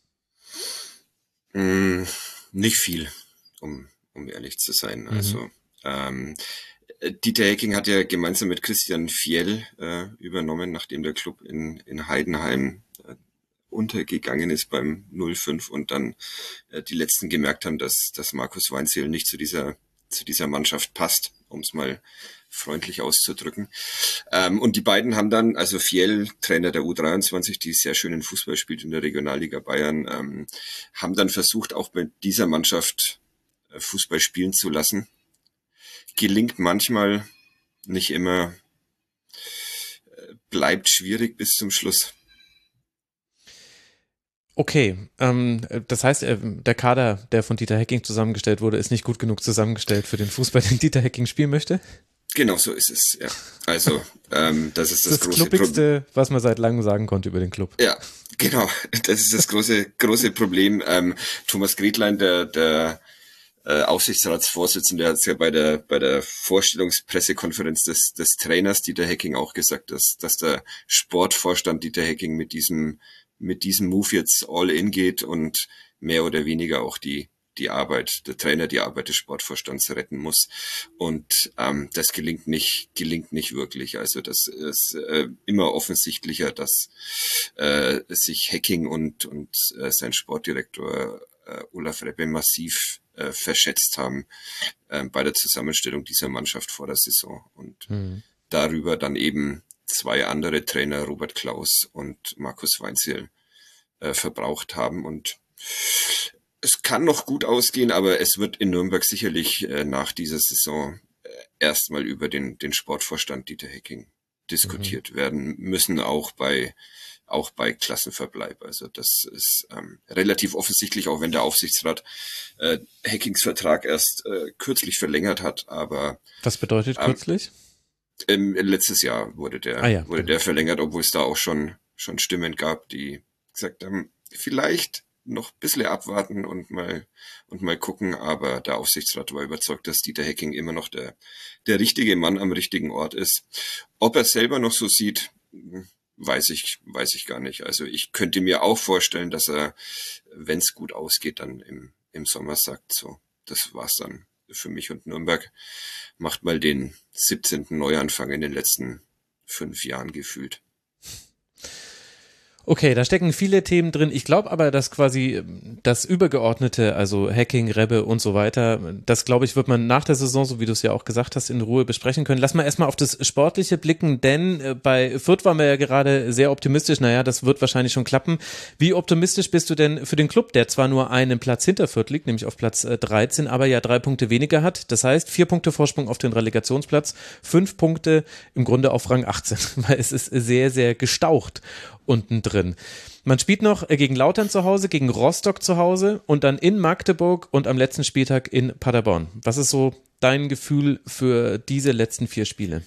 Mm, nicht viel, um, um ehrlich zu sein. Mhm. Also ähm, Dieter Hecking hat ja gemeinsam mit Christian Fjell äh, übernommen, nachdem der Club in, in Heidenheim äh, untergegangen ist beim null fünf und dann äh, die Letzten gemerkt haben, dass, dass Markus Weinzierl nicht zu dieser, zu dieser Mannschaft passt, um es mal freundlich auszudrücken. Ähm, und die beiden haben dann, also Fjell, Trainer der U dreiundzwanzig, die sehr schönen Fußball spielt in der Regionalliga Bayern, ähm, haben dann versucht, auch bei dieser Mannschaft äh, Fußball spielen zu lassen. Gelingt manchmal, nicht immer, bleibt schwierig bis zum Schluss. Okay, ähm, das heißt, äh, der Kader, der von Dieter Hecking zusammengestellt wurde, ist nicht gut genug zusammengestellt für den Fußball, den Dieter Hecking spielen möchte? Genau so ist es, ja. Also, ähm, das ist das, das große Kluppigste, Pro- was man seit langem sagen konnte über den Club. Ja, genau. Das ist das große, große Problem. Ähm, Thomas Gretlein, der, der Äh, Aufsichtsratsvorsitzende, hat es ja bei der bei der Vorstellungspressekonferenz des des Trainers Dieter Hecking auch gesagt, dass dass der Sportvorstand Dieter Hecking mit diesem mit diesem Move jetzt all in geht und mehr oder weniger auch die die Arbeit der Trainer, die Arbeit des Sportvorstands retten muss. Und ähm, das gelingt nicht gelingt nicht wirklich. Also das ist äh, immer offensichtlicher, dass äh, sich Hecking und und äh, sein Sportdirektor äh, Olaf Rebbe massiv äh, verschätzt haben äh, bei der Zusammenstellung dieser Mannschaft vor der Saison und mhm. darüber dann eben zwei andere Trainer, Robert Klaus und Markus Weinzierl, äh, verbraucht haben. Und es kann noch gut ausgehen, aber es wird in Nürnberg sicherlich äh, nach dieser Saison äh, erstmal über den den Sportvorstand Dieter Hecking diskutiert mhm. werden müssen, auch bei auch bei Klassenverbleib. Also das ist ähm, relativ offensichtlich, auch wenn der Aufsichtsrat äh, Heckings Vertrag erst äh, kürzlich verlängert hat. Aber was bedeutet ähm, kürzlich? Ähm, letztes Jahr wurde der ah, ja. wurde der verlängert, obwohl es da auch schon schon Stimmen gab, die gesagt haben, vielleicht noch ein bisschen abwarten und mal und mal gucken. Aber der Aufsichtsrat war überzeugt, dass Dieter Hecking immer noch der der richtige Mann am richtigen Ort ist. Ob er selber noch so sieht, weiß ich, weiß ich gar nicht. Also ich könnte mir auch vorstellen, dass er, wenn es gut ausgeht, dann im, im Sommer sagt, so, das war's dann für mich und Nürnberg. Macht mal den siebzehnten Neuanfang in den letzten fünf Jahren gefühlt. Okay, da stecken viele Themen drin. Ich glaube aber, dass quasi das Übergeordnete, also Hacking, Rebbe und so weiter, das glaube ich, wird man nach der Saison, so wie du es ja auch gesagt hast, in Ruhe besprechen können. Lass mal erstmal auf das Sportliche blicken, denn bei Fürth waren wir ja gerade sehr optimistisch. Naja, das wird wahrscheinlich schon klappen. Wie optimistisch bist du denn für den Club, der zwar nur einen Platz hinter Fürth liegt, nämlich auf Platz dreizehn, aber ja drei Punkte weniger hat? Das heißt, vier Punkte Vorsprung auf den Relegationsplatz, fünf Punkte im Grunde auf Rang achtzehn, weil es ist sehr, sehr gestaucht unten drin. Man spielt noch gegen Lautern zu Hause, gegen Rostock zu Hause und dann in Magdeburg und am letzten Spieltag in Paderborn. Was ist so dein Gefühl für diese letzten vier Spiele?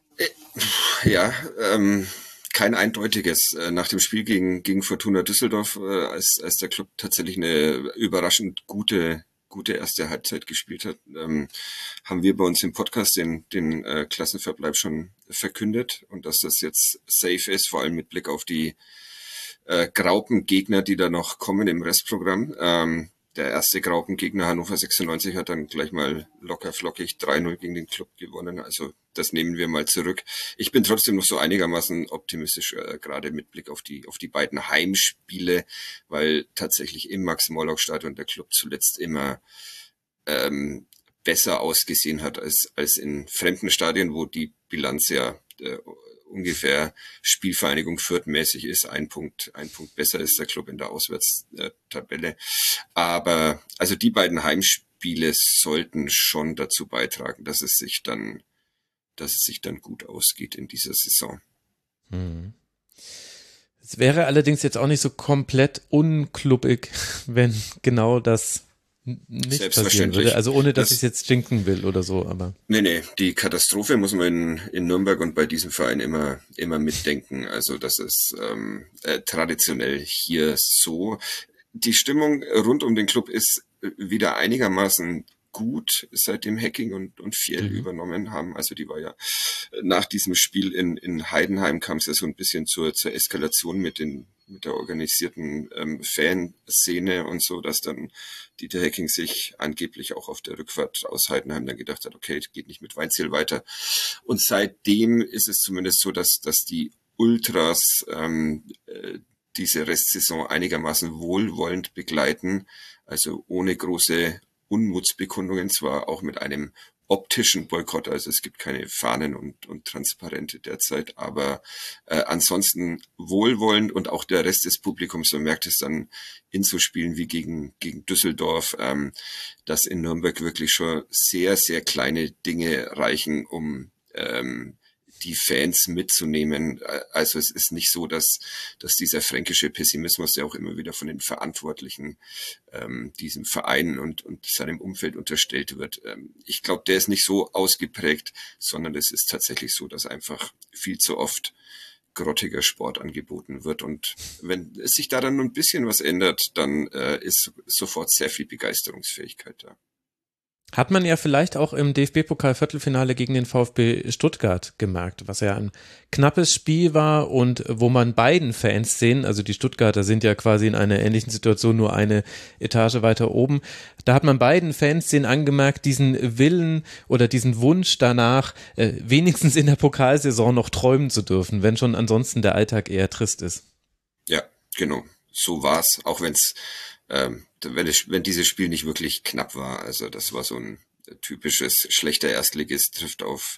Ja, ähm, kein eindeutiges. Nach dem Spiel gegen, gegen Fortuna Düsseldorf, äh, als, als der Club tatsächlich eine überraschend gute gute erste Halbzeit gespielt hat, ähm, haben wir bei uns im Podcast den, den äh, Klassenverbleib schon verkündet und dass das jetzt safe ist, vor allem mit Blick auf die äh, Graupengegner, die da noch kommen im Restprogramm. Ähm, der erste Graupengegner Hannover sechsundneunzig hat dann gleich mal locker flockig drei null gegen den Club gewonnen, also das nehmen wir mal zurück. Ich bin trotzdem noch so einigermaßen optimistisch, äh, gerade mit Blick auf die auf die beiden Heimspiele, weil tatsächlich im Max-Morlock-Stadion der Club zuletzt immer ähm, besser ausgesehen hat als als in fremden Stadien, wo die Bilanz ja äh, ungefähr Spielvereinigung Fürth-mäßig ist. Ein Punkt, ein Punkt besser ist der Club in der Auswärtstabelle. Aber also die beiden Heimspiele sollten schon dazu beitragen, dass es sich dann dass es sich dann gut ausgeht in dieser Saison. Hm. Es wäre allerdings jetzt auch nicht so komplett unklubbig, wenn genau das nicht passieren würde. Also ohne, dass das, ich es jetzt stinken will oder so, aber. Nee, nee, die Katastrophe muss man in, in Nürnberg und bei diesem Verein immer, immer mitdenken. Also das ist ähm, äh, traditionell hier so. Die Stimmung rund um den Club ist wieder einigermaßen gut, seitdem Hacking und, und Fjell mhm. übernommen haben. Also die war ja nach diesem Spiel in, in Heidenheim kam es ja so ein bisschen zur, zur Eskalation mit den mit der organisierten ähm, Fanszene und so, dass dann Dieter Hacking sich angeblich auch auf der Rückfahrt aus Heidenheim dann gedacht hat, okay, geht nicht mit Weinziel weiter. Und seitdem ist es zumindest so, dass, dass die Ultras ähm, äh, diese Restsaison einigermaßen wohlwollend begleiten, also ohne große Unmutsbekundungen, zwar auch mit einem optischen Boykott, also es gibt keine Fahnen und, und Transparente derzeit, aber äh, ansonsten wohlwollend und auch der Rest des Publikums, man merkt es dann in so Spielen wie gegen, gegen Düsseldorf, ähm, dass in Nürnberg wirklich schon sehr, sehr kleine Dinge reichen, um ähm, die Fans mitzunehmen. Also es ist nicht so, dass, dass dieser fränkische Pessimismus, der auch immer wieder von den Verantwortlichen ähm, diesem Verein und, und seinem Umfeld unterstellt wird. Ähm, ich glaube, der ist nicht so ausgeprägt, sondern es ist tatsächlich so, dass einfach viel zu oft grottiger Sport angeboten wird. Und wenn es sich da dann ein bisschen was ändert, dann äh, ist sofort sehr viel Begeisterungsfähigkeit da. Hat man ja vielleicht auch im D F B-Pokal-Viertelfinale gegen den VfB Stuttgart gemerkt, was ja ein knappes Spiel war und wo man beiden Fanszenen, also die Stuttgarter sind ja quasi in einer ähnlichen Situation, nur eine Etage weiter oben, da hat man beiden Fanszenen angemerkt, diesen Willen oder diesen Wunsch danach, äh, wenigstens in der Pokalsaison noch träumen zu dürfen, wenn schon ansonsten der Alltag eher trist ist. Ja, genau, so war's, auch wenn's Ähm, wenn, es, wenn dieses Spiel nicht wirklich knapp war. Also das war so ein typisches schlechter Erstligist, trifft auf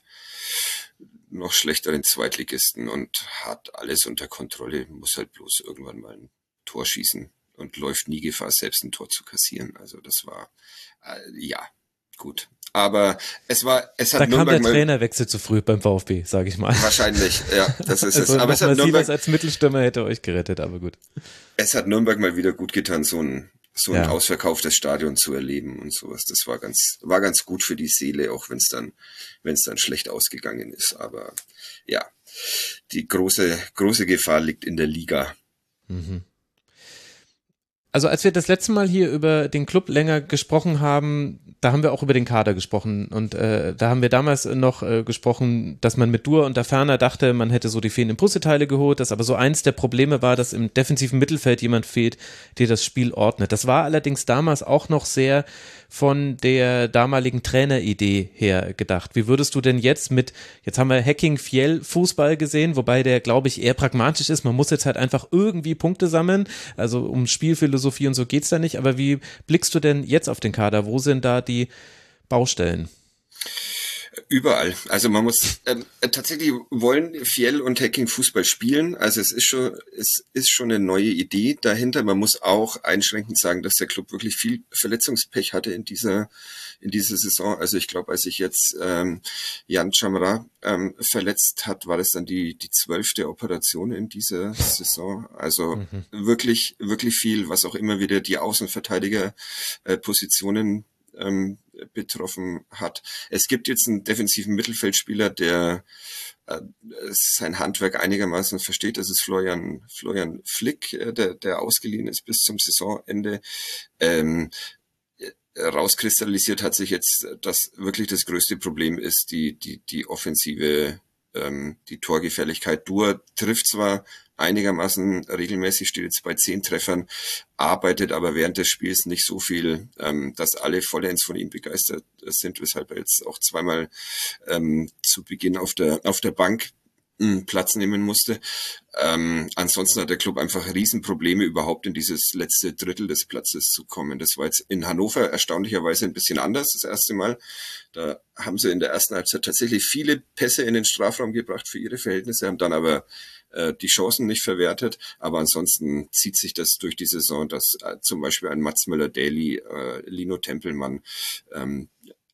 noch schlechteren Zweitligisten und hat alles unter Kontrolle, muss halt bloß irgendwann mal ein Tor schießen und läuft nie Gefahr, selbst ein Tor zu kassieren. Also das war, äh, ja, gut. Aber es war, es hat da kam Nürnberg der Trainerwechsel zu früh beim VfB, sage ich mal. Wahrscheinlich, ja, das ist also es. Aber es hat Nürnberg als Mittelstürmer hätte euch gerettet, aber gut. Es hat Nürnberg mal wieder gut getan, so ein so ein ja. ausverkauftes Stadion zu erleben und sowas. Das war ganz, war ganz gut für die Seele, auch wenn es dann, wenn es dann schlecht ausgegangen ist. Aber ja, die große, große Gefahr liegt in der Liga. Mhm. Also als wir das letzte Mal hier über den Club länger gesprochen haben, da haben wir auch über den Kader gesprochen und äh, da haben wir damals noch äh, gesprochen, dass man mit Dur und da Ferner dachte, man hätte so die fehlenden Puzzleteile geholt, dass aber so eins der Probleme war, dass im defensiven Mittelfeld jemand fehlt, der das Spiel ordnet. Das war allerdings damals auch noch sehr von der damaligen Traineridee her gedacht. Wie würdest du denn jetzt mit, jetzt haben wir Hacking Fiel Fußball gesehen, wobei der, glaube ich, eher pragmatisch ist, man muss jetzt halt einfach irgendwie Punkte sammeln, also um Spielphilosophie und so geht's da nicht, aber wie blickst du denn jetzt auf den Kader? Wo sind da die Baustellen? Überall. Also man muss ähm, tatsächlich wollen Fiel und Hacking Fußball spielen. Also es ist schon es ist schon eine neue Idee dahinter. Man muss auch einschränkend sagen, dass der Club wirklich viel Verletzungspech hatte in dieser in dieser Saison. Also ich glaube, als sich jetzt ähm, Jan Chamra ähm, verletzt hat, war das dann die die zwölfte Operation in dieser Saison. Also mhm. wirklich wirklich viel, was auch immer wieder die Außenverteidiger äh, Positionen ähm, betroffen hat. Es gibt jetzt einen defensiven Mittelfeldspieler, der äh, sein Handwerk einigermaßen versteht. Das ist Florian Florian Flick, äh, der, der ausgeliehen ist bis zum Saisonende. Ähm, rauskristallisiert hat sich jetzt, dass wirklich das größte Problem ist, die die die offensive, ähm, die Torgefährlichkeit. Dur trifft zwar einigermaßen regelmäßig, steht jetzt bei zehn Treffern, arbeitet aber während des Spiels nicht so viel, ähm, dass alle vollends von ihm begeistert sind, weshalb er jetzt auch zweimal ähm, zu Beginn auf der auf der Bank mh, Platz nehmen musste. Ähm, ansonsten hat der Club einfach Riesenprobleme, überhaupt in dieses letzte Drittel des Platzes zu kommen. Das war jetzt in Hannover erstaunlicherweise ein bisschen anders, das erste Mal. Da haben sie in der ersten Halbzeit tatsächlich viele Pässe in den Strafraum gebracht für ihre Verhältnisse, haben dann aber die Chancen nicht verwertet, aber ansonsten zieht sich das durch die Saison, dass äh, zum Beispiel ein Mats Möller-Daly, äh, Lino Tempelmann, ähm,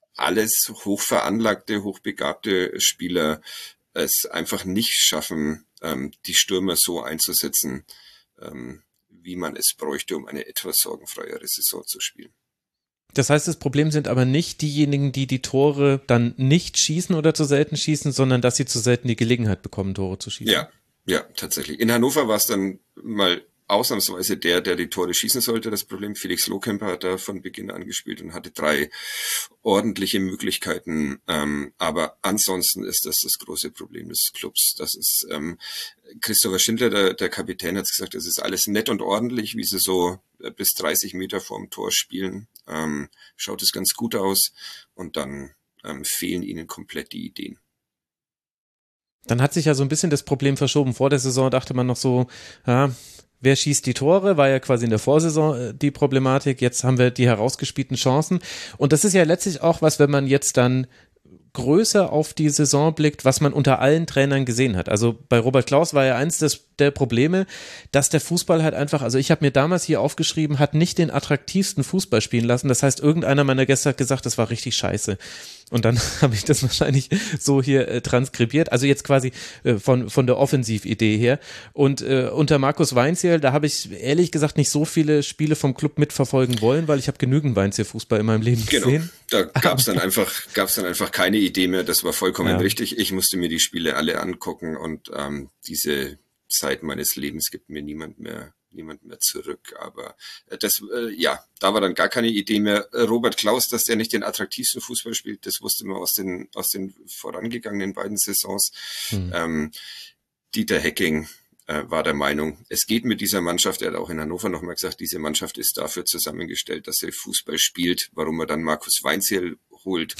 alles hochveranlagte, hochbegabte Spieler es einfach nicht schaffen, ähm, die Stürmer so einzusetzen, ähm, wie man es bräuchte, um eine etwas sorgenfreiere Saison zu spielen. Das heißt, das Problem sind aber nicht diejenigen, die die Tore dann nicht schießen oder zu selten schießen, sondern dass sie zu selten die Gelegenheit bekommen, Tore zu schießen. Ja. Ja, tatsächlich. In Hannover war es dann mal ausnahmsweise der, der die Tore schießen sollte. Das Problem, Felix Lohkemper hat da von Beginn an gespielt und hatte drei ordentliche Möglichkeiten. Ähm, aber ansonsten ist das das große Problem des Clubs. Das ist ähm, Christopher Schindler, der, der Kapitän, hat gesagt, das ist alles nett und ordentlich, wie sie so bis dreißig Meter vorm Tor spielen. Ähm, schaut es ganz gut aus und dann ähm, fehlen ihnen komplett die Ideen. Dann hat sich ja so ein bisschen das Problem verschoben. Vor der Saison dachte man noch so, ja, wer schießt die Tore? War ja quasi in der Vorsaison die Problematik. Jetzt haben wir die herausgespielten Chancen. Und das ist ja letztlich auch was, wenn man jetzt dann größer auf die Saison blickt, was man unter allen Trainern gesehen hat. Also bei Robert Klaus war ja eins des, der Probleme, dass der Fußball halt einfach, also ich habe mir damals hier aufgeschrieben, hat nicht den attraktivsten Fußball spielen lassen. Das heißt, irgendeiner meiner Gäste hat gesagt, das war richtig scheiße. Und dann habe ich das wahrscheinlich so hier äh, transkribiert. Also jetzt quasi äh, von von der Offensividee her. Und äh, unter Markus Weinzierl, da habe ich ehrlich gesagt nicht so viele Spiele vom Club mitverfolgen wollen, weil ich habe genügend Weinzierl-Fußball in meinem Leben genau. gesehen. Da gab's dann einfach gab's dann einfach keine Idee mehr. Das war vollkommen ja. richtig. Ich musste mir die Spiele alle angucken und ähm, diese Zeit meines Lebens gibt mir niemand mehr niemand mehr zurück, aber das, äh, ja, da war dann gar keine Idee mehr. Robert Klaus, dass der nicht den attraktivsten Fußball spielt, das wusste man aus den aus den vorangegangenen beiden Saisons. Hm. Ähm, Dieter Hecking äh, war der Meinung, es geht mit dieser Mannschaft, er hat auch in Hannover nochmal gesagt, diese Mannschaft ist dafür zusammengestellt, dass sie Fußball spielt. Warum er dann Markus Weinzierl holt,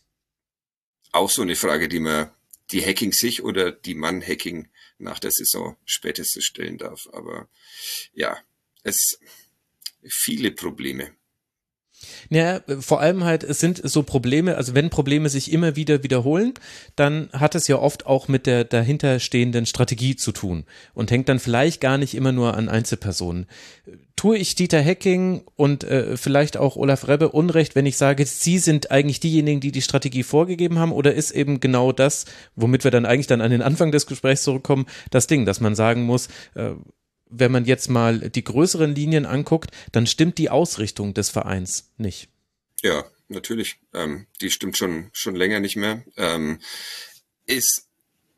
auch so eine Frage, die man die Hacking sich oder die Mann Hacking nach der Saison spätestens stellen darf. Aber ja, es viele Probleme. Ja, vor allem halt, es sind so Probleme, also wenn Probleme sich immer wieder wiederholen, dann hat es ja oft auch mit der dahinterstehenden Strategie zu tun und hängt dann vielleicht gar nicht immer nur an Einzelpersonen. Tue ich Dieter Hecking und äh, vielleicht auch Olaf Rebbe Unrecht, wenn ich sage, sie sind eigentlich diejenigen, die die Strategie vorgegeben haben, oder ist eben genau das, womit wir dann eigentlich dann an den Anfang des Gesprächs zurückkommen, das Ding, dass man sagen muss, äh, wenn man jetzt mal die größeren Linien anguckt, dann stimmt die Ausrichtung des Vereins nicht. Ja, natürlich. Ähm, die stimmt schon schon länger nicht mehr. Ähm, ist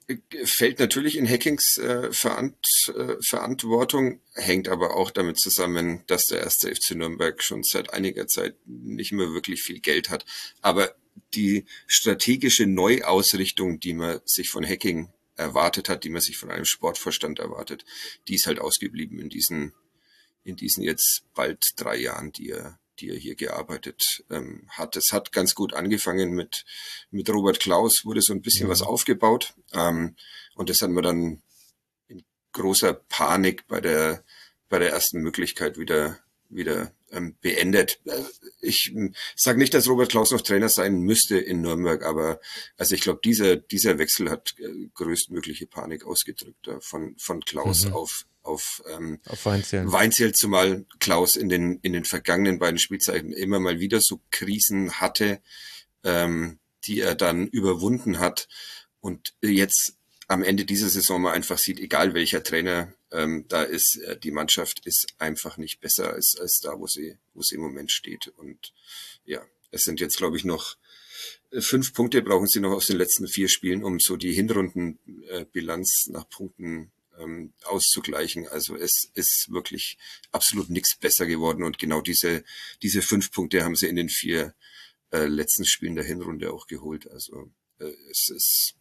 fällt natürlich in Hackings äh, Verant, äh, Verantwortung, hängt aber auch damit zusammen, dass der erste F C Nürnberg schon seit einiger Zeit nicht mehr wirklich viel Geld hat. Aber die strategische Neuausrichtung, die man sich von Hacking erwartet hat, die man sich von einem Sportvorstand erwartet, die ist halt ausgeblieben in diesen, in diesen jetzt bald drei Jahren, die er die er hier gearbeitet ähm, hat. Es hat ganz gut angefangen mit mit Robert Klaus, wurde so ein bisschen mhm. was aufgebaut ähm, und das haben wir dann in großer Panik bei der bei der ersten Möglichkeit wieder wieder ähm, beendet. Ich äh, sage nicht, dass Robert Klaus noch Trainer sein müsste in Nürnberg, aber also ich glaube, dieser dieser Wechsel hat äh, größtmögliche Panik ausgedrückt äh, von von Klaus mhm. auf auf, ähm, auf Weinzierl. Weinzierl, zumal Klaus in den in den vergangenen beiden Spielzeiten immer mal wieder so Krisen hatte, ähm, die er dann überwunden hat und jetzt am Ende dieser Saison mal einfach sieht, egal welcher Trainer ähm, da ist, äh, die Mannschaft ist einfach nicht besser als als da, wo sie wo sie im Moment steht. Und ja, es sind jetzt, glaube ich, noch fünf Punkte brauchen sie noch aus den letzten vier Spielen, um so die Hinrundenbilanz äh, nach Punkten ähm, auszugleichen. Also es ist wirklich absolut nichts besser geworden und genau diese diese fünf Punkte haben sie in den vier äh, letzten Spielen der Hinrunde auch geholt. Also äh, es ist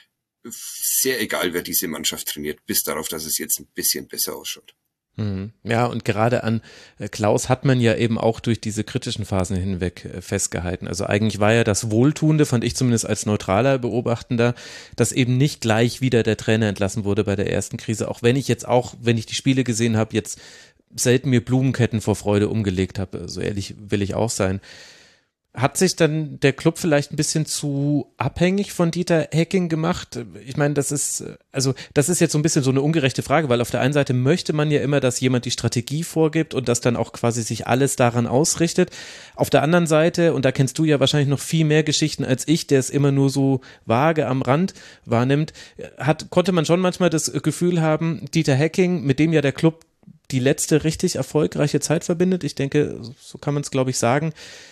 sehr egal, wer diese Mannschaft trainiert, bis darauf, dass es jetzt ein bisschen besser ausschaut. Ja, und gerade an Klaus hat man ja eben auch durch diese kritischen Phasen hinweg festgehalten. Also eigentlich war ja das Wohltuende, fand ich zumindest als neutraler Beobachtender, dass eben nicht gleich wieder der Trainer entlassen wurde bei der ersten Krise, auch wenn ich jetzt auch, wenn ich die Spiele gesehen habe, jetzt selten mir Blumenketten vor Freude umgelegt habe. So ehrlich will ich auch sein. Hat sich dann der Club vielleicht ein bisschen zu abhängig von Dieter Hecking gemacht? Ich meine, das ist, also das ist jetzt so ein bisschen so eine ungerechte Frage, weil auf der einen Seite möchte man ja immer, dass jemand die Strategie vorgibt und dass dann auch quasi sich alles daran ausrichtet. Auf der anderen Seite, und da kennst du ja wahrscheinlich noch viel mehr Geschichten als ich, der es immer nur so vage am Rand wahrnimmt, hat, konnte man schon manchmal das Gefühl haben, Dieter Hecking, mit dem ja der Club die letzte richtig erfolgreiche Zeit verbindet, ich denke, so kann man es glaube ich sagen,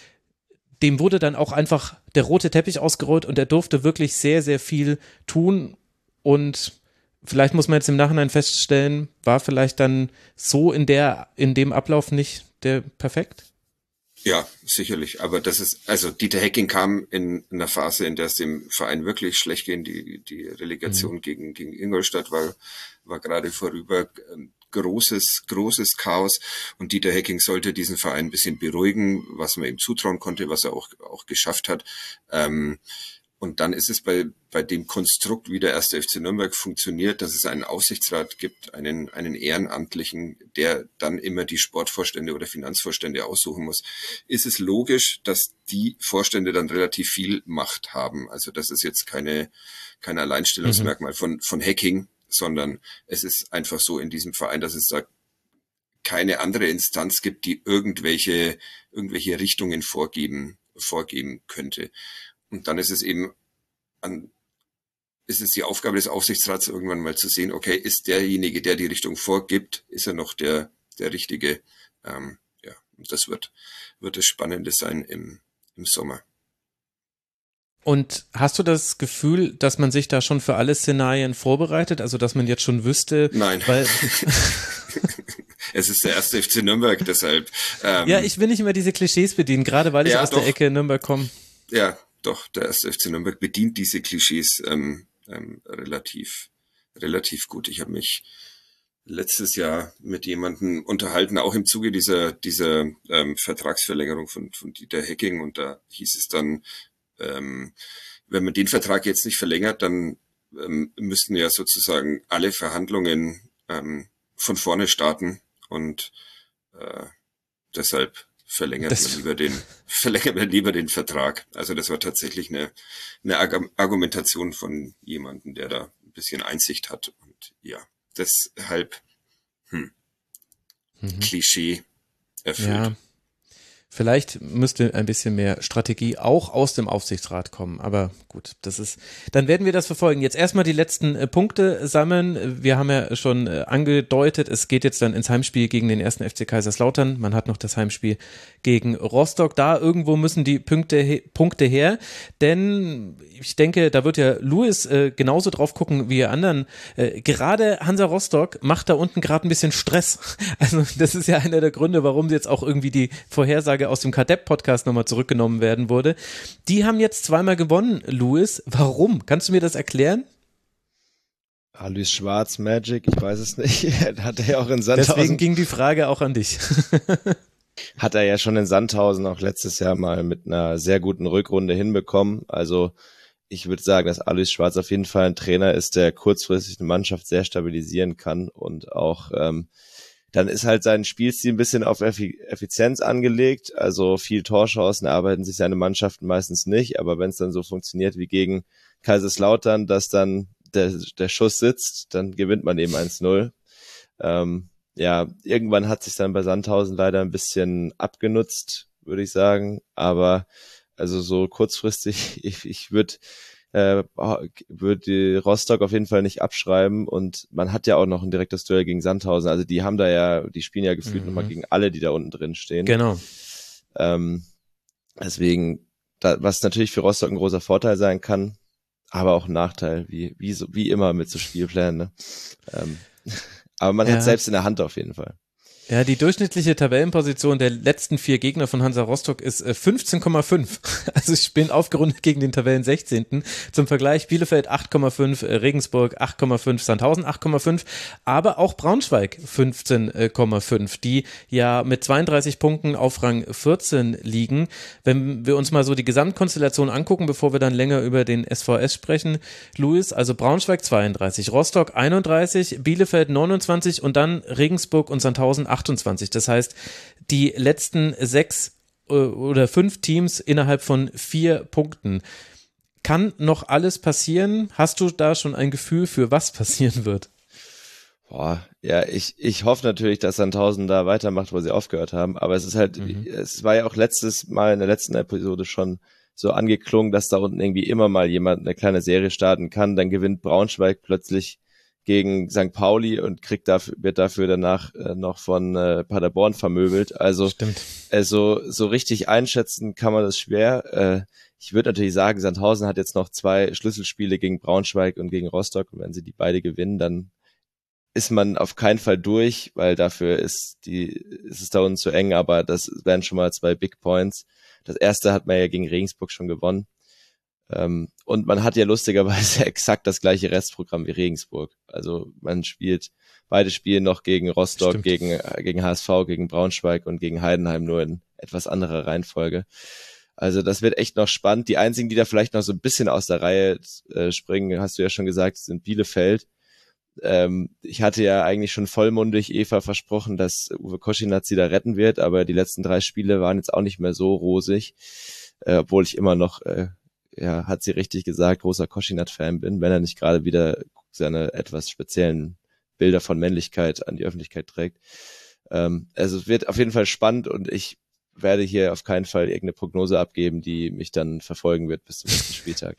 dem wurde dann auch einfach der rote Teppich ausgerollt und er durfte wirklich sehr, sehr viel tun und vielleicht muss man jetzt im Nachhinein feststellen, war vielleicht dann so in der, in dem Ablauf nicht der perfekt? Ja, sicherlich. Aber das ist, also Dieter Hecking kam in einer Phase, in der es dem Verein wirklich schlecht ging. Die, die Relegation mhm. gegen, gegen Ingolstadt war, war gerade vorüber. Großes, großes Chaos. Und Dieter Hecking sollte diesen Verein ein bisschen beruhigen, was man ihm zutrauen konnte, was er auch, auch geschafft hat. Ähm, Und dann ist es bei, bei dem Konstrukt, wie der erste F C Nürnberg funktioniert, dass es einen Aufsichtsrat gibt, einen, einen Ehrenamtlichen, der dann immer die Sportvorstände oder Finanzvorstände aussuchen muss, ist es logisch, dass die Vorstände dann relativ viel Macht haben. Also das ist jetzt keine, kein Alleinstellungsmerkmal mhm. von, von Hecking, sondern es ist einfach so in diesem Verein, dass es da keine andere Instanz gibt, die irgendwelche, irgendwelche Richtungen vorgeben, vorgeben könnte. Und dann ist es eben an, ist es die Aufgabe des Aufsichtsrats, irgendwann mal zu sehen, okay, ist derjenige, der die Richtung vorgibt, ist er noch der, der Richtige? Ähm, ja, und das wird, wird das Spannende sein im, im Sommer. Und hast du das Gefühl, dass man sich da schon für alle Szenarien vorbereitet? Also, dass man jetzt schon wüsste? Nein. Weil es ist der erste F C Nürnberg, deshalb. Ähm, ja, ich will nicht immer diese Klischees bedienen, gerade weil ich ja, aus doch. der Ecke Nürnberg komme. Ja, doch, der erste F C Nürnberg bedient diese Klischees ähm, ähm, relativ, relativ gut. Ich habe mich letztes Jahr mit jemandem unterhalten, auch im Zuge dieser, dieser ähm, Vertragsverlängerung von, von Dieter Hecking, und da hieß es dann, Ähm, wenn man den Vertrag jetzt nicht verlängert, dann ähm, müssten ja sozusagen alle Verhandlungen ähm, von vorne starten, und äh, deshalb verlängert das man lieber den verlängert man lieber den Vertrag. Also das war tatsächlich eine, eine Argumentation von jemandem, der da ein bisschen Einsicht hat, und ja, deshalb hm, mhm. Klischee erfüllt. Ja. Vielleicht müsste ein bisschen mehr Strategie auch aus dem Aufsichtsrat kommen, aber gut, das ist, dann werden wir das verfolgen. Jetzt erstmal die letzten äh, Punkte sammeln. Wir haben ja schon äh, angedeutet, es geht jetzt dann ins Heimspiel gegen den ersten F C Kaiserslautern. Man hat noch das Heimspiel gegen Rostock. Da irgendwo müssen die Punkte, he- Punkte her, denn ich denke, da wird ja Louis äh, genauso drauf gucken wie ihr anderen. Äh, gerade Hansa Rostock macht da unten gerade ein bisschen Stress. Also das ist ja einer der Gründe, warum jetzt auch irgendwie die Vorhersage aus dem Kadepp-Podcast nochmal zurückgenommen werden wurde. Die haben jetzt zweimal gewonnen, Louis. Warum? Kannst du mir das erklären? Ah, Luis Schwarz, Magic, ich weiß es nicht. Hat er ja auch in Sandhausen. Deswegen ging die Frage auch an dich. Hat er ja schon in Sandhausen auch letztes Jahr mal mit einer sehr guten Rückrunde hinbekommen. Also ich würde sagen, dass Alois Schwarz auf jeden Fall ein Trainer ist, der kurzfristig eine Mannschaft sehr stabilisieren kann und auch ähm, dann ist halt sein Spielstil ein bisschen auf Effizienz angelegt, also viel Torchancen erarbeiten sich seine Mannschaften meistens nicht, aber wenn es dann so funktioniert wie gegen Kaiserslautern, dass dann der, der Schuss sitzt, dann gewinnt man eben eins null. Ähm, ja, irgendwann hat sich dann bei Sandhausen leider ein bisschen abgenutzt, würde ich sagen, aber also so kurzfristig, ich, ich würde äh, würde Rostock auf jeden Fall nicht abschreiben und man hat ja auch noch ein direktes Duell gegen Sandhausen, also die haben da ja, die spielen ja gefühlt mhm. nochmal gegen alle, die da unten drin stehen. Genau. Ähm, deswegen, da, was natürlich für Rostock ein großer Vorteil sein kann, aber auch ein Nachteil, wie wie so wie immer mit so Spielplänen. Ne? Ähm, aber man ja. hat selbst in der Hand auf jeden Fall. Ja, die durchschnittliche Tabellenposition der letzten vier Gegner von Hansa Rostock ist äh, fünfzehn Komma fünf. Also ich bin aufgerundet gegen den Tabellen sechzehnten Zum Vergleich Bielefeld acht Komma fünf, äh, Regensburg acht Komma fünf, Sandhausen acht Komma fünf, aber auch Braunschweig fünfzehn Komma fünf, die ja mit zweiunddreißig Punkten auf Rang vierzehn liegen. Wenn wir uns mal so die Gesamtkonstellation angucken, bevor wir dann länger über den S V S sprechen, Louis, also Braunschweig zweiunddreißig, Rostock einunddreißig, Bielefeld neunundzwanzig und dann Regensburg und Sandhausen achtundzwanzig. Das heißt, die letzten sechs oder fünf Teams innerhalb von vier Punkten. Kann noch alles passieren? Hast du da schon ein Gefühl für was passieren wird? Boah, ja, ich, ich hoffe natürlich, dass Sandhausen da weitermacht, wo sie aufgehört haben, aber es ist halt, mhm. es war ja auch letztes Mal in der letzten Episode schon so angeklungen, dass da unten irgendwie immer mal jemand eine kleine Serie starten kann, dann gewinnt Braunschweig plötzlich gegen Sankt Pauli und kriegt dafür, wird dafür danach äh, noch von äh, Paderborn vermöbelt. Also, Stimmt. also so richtig einschätzen kann man das schwer. Äh, ich würde natürlich sagen, Sandhausen hat jetzt noch zwei Schlüsselspiele gegen Braunschweig und gegen Rostock und wenn sie die beide gewinnen, dann ist man auf keinen Fall durch, weil dafür ist die ist es da unten zu eng, aber das wären schon mal zwei Big Points. Das erste hat man ja gegen Regensburg schon gewonnen. Ähm, und man hat ja lustigerweise exakt das gleiche Restprogramm wie Regensburg. Also man spielt, beide spielen noch gegen Rostock, Stimmt. gegen äh, gegen H S V, gegen Braunschweig und gegen Heidenheim, nur in etwas anderer Reihenfolge. Also das wird echt noch spannend. Die einzigen, die da vielleicht noch so ein bisschen aus der Reihe äh, springen, hast du ja schon gesagt, sind Bielefeld. Ähm, ich hatte ja eigentlich schon vollmundig Eva versprochen, dass Uwe Koschinat sie da retten wird, aber die letzten drei Spiele waren jetzt auch nicht mehr so rosig, äh, obwohl ich immer noch äh, ja, hat sie richtig gesagt, großer Koschinat-Fan bin, wenn er nicht gerade wieder seine etwas speziellen Bilder von Männlichkeit an die Öffentlichkeit trägt. Ähm, also es wird auf jeden Fall spannend und ich werde hier auf keinen Fall irgendeine Prognose abgeben, die mich dann verfolgen wird bis zum nächsten Spieltag.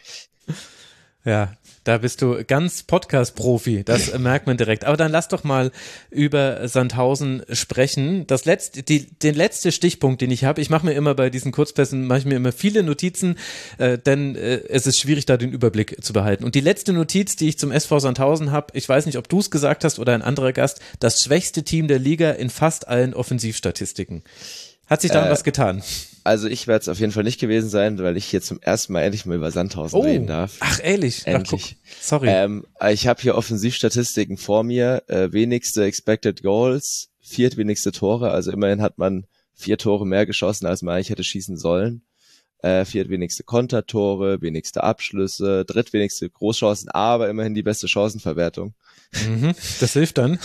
Ja, da bist du ganz Podcast-Profi, das merkt man direkt. Aber dann lass doch mal über Sandhausen sprechen. Das letzte, die, den letzte Stichpunkt, den ich habe, ich mache mir immer bei diesen Kurzpässen, mache ich mir immer viele Notizen, äh, denn äh, es ist schwierig, da den Überblick zu behalten. Und die letzte Notiz, die ich zum S V Sandhausen habe, ich weiß nicht, ob du es gesagt hast oder ein anderer Gast, das schwächste Team der Liga in fast allen Offensivstatistiken. Hat sich da äh, was getan? Also ich werde es auf jeden Fall nicht gewesen sein, weil ich hier zum ersten Mal endlich mal über Sandhausen oh. reden darf. Ach, ehrlich? Endlich. Ach, sorry. Ähm, ich habe hier Offensivstatistiken vor mir. Äh, wenigste Expected Goals, viertwenigste Tore. Also immerhin hat man vier Tore mehr geschossen, als man eigentlich hätte schießen sollen. Äh, viertwenigste Kontertore, wenigste Abschlüsse, drittwenigste Großchancen, aber immerhin die beste Chancenverwertung. Mhm, das hilft dann.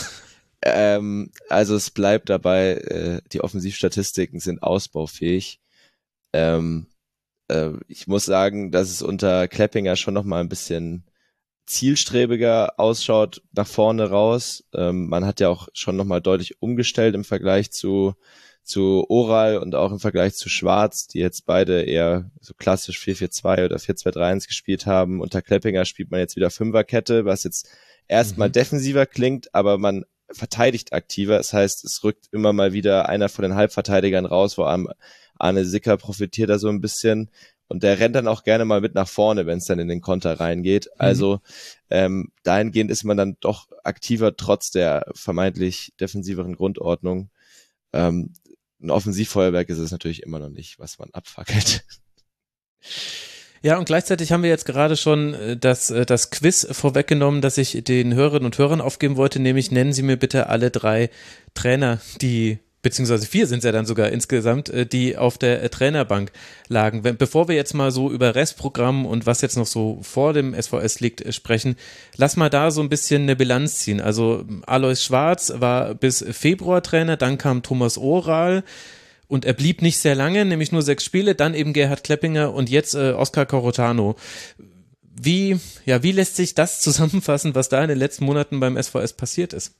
Ähm, also es bleibt dabei, äh, die Offensivstatistiken sind ausbaufähig. Ähm, äh, ich muss sagen, dass es unter Kleppinger schon noch mal ein bisschen zielstrebiger ausschaut nach vorne raus. Ähm, man hat ja auch schon noch mal deutlich umgestellt im Vergleich zu zu Oral und auch im Vergleich zu Schwarz, die jetzt beide eher so klassisch vier vier zwei oder vier zwei drei eins gespielt haben. Unter Kleppinger spielt man jetzt wieder Fünferkette, was jetzt erstmal mhm. defensiver klingt, aber man verteidigt aktiver. Das heißt, es rückt immer mal wieder einer von den Halbverteidigern raus, vor allem Arne Sicker profitiert da so ein bisschen. Und der rennt dann auch gerne mal mit nach vorne, wenn es dann in den Konter reingeht. Mhm. Also ähm, dahingehend ist man dann doch aktiver, trotz der vermeintlich defensiveren Grundordnung. Ähm, ein Offensivfeuerwerk ist es natürlich immer noch nicht, was man abfackelt. Ja, und gleichzeitig haben wir jetzt gerade schon das, das Quiz vorweggenommen, das ich den Hörerinnen und Hörern aufgeben wollte, nämlich nennen Sie mir bitte alle drei Trainer, die, beziehungsweise vier sind es ja dann sogar insgesamt, die auf der Trainerbank lagen. Bevor wir jetzt mal so über Restprogramm und was jetzt noch so vor dem S V S liegt sprechen, lass mal da so ein bisschen eine Bilanz ziehen. Also Alois Schwarz war bis Februar Trainer, dann kam Thomas Oral, und er blieb nicht sehr lange, nämlich nur sechs Spiele, dann eben Gerhard Kleppinger und jetzt äh, Oscar Corotano. Wie, ja, wie lässt sich das zusammenfassen, was da in den letzten Monaten beim S V S passiert ist?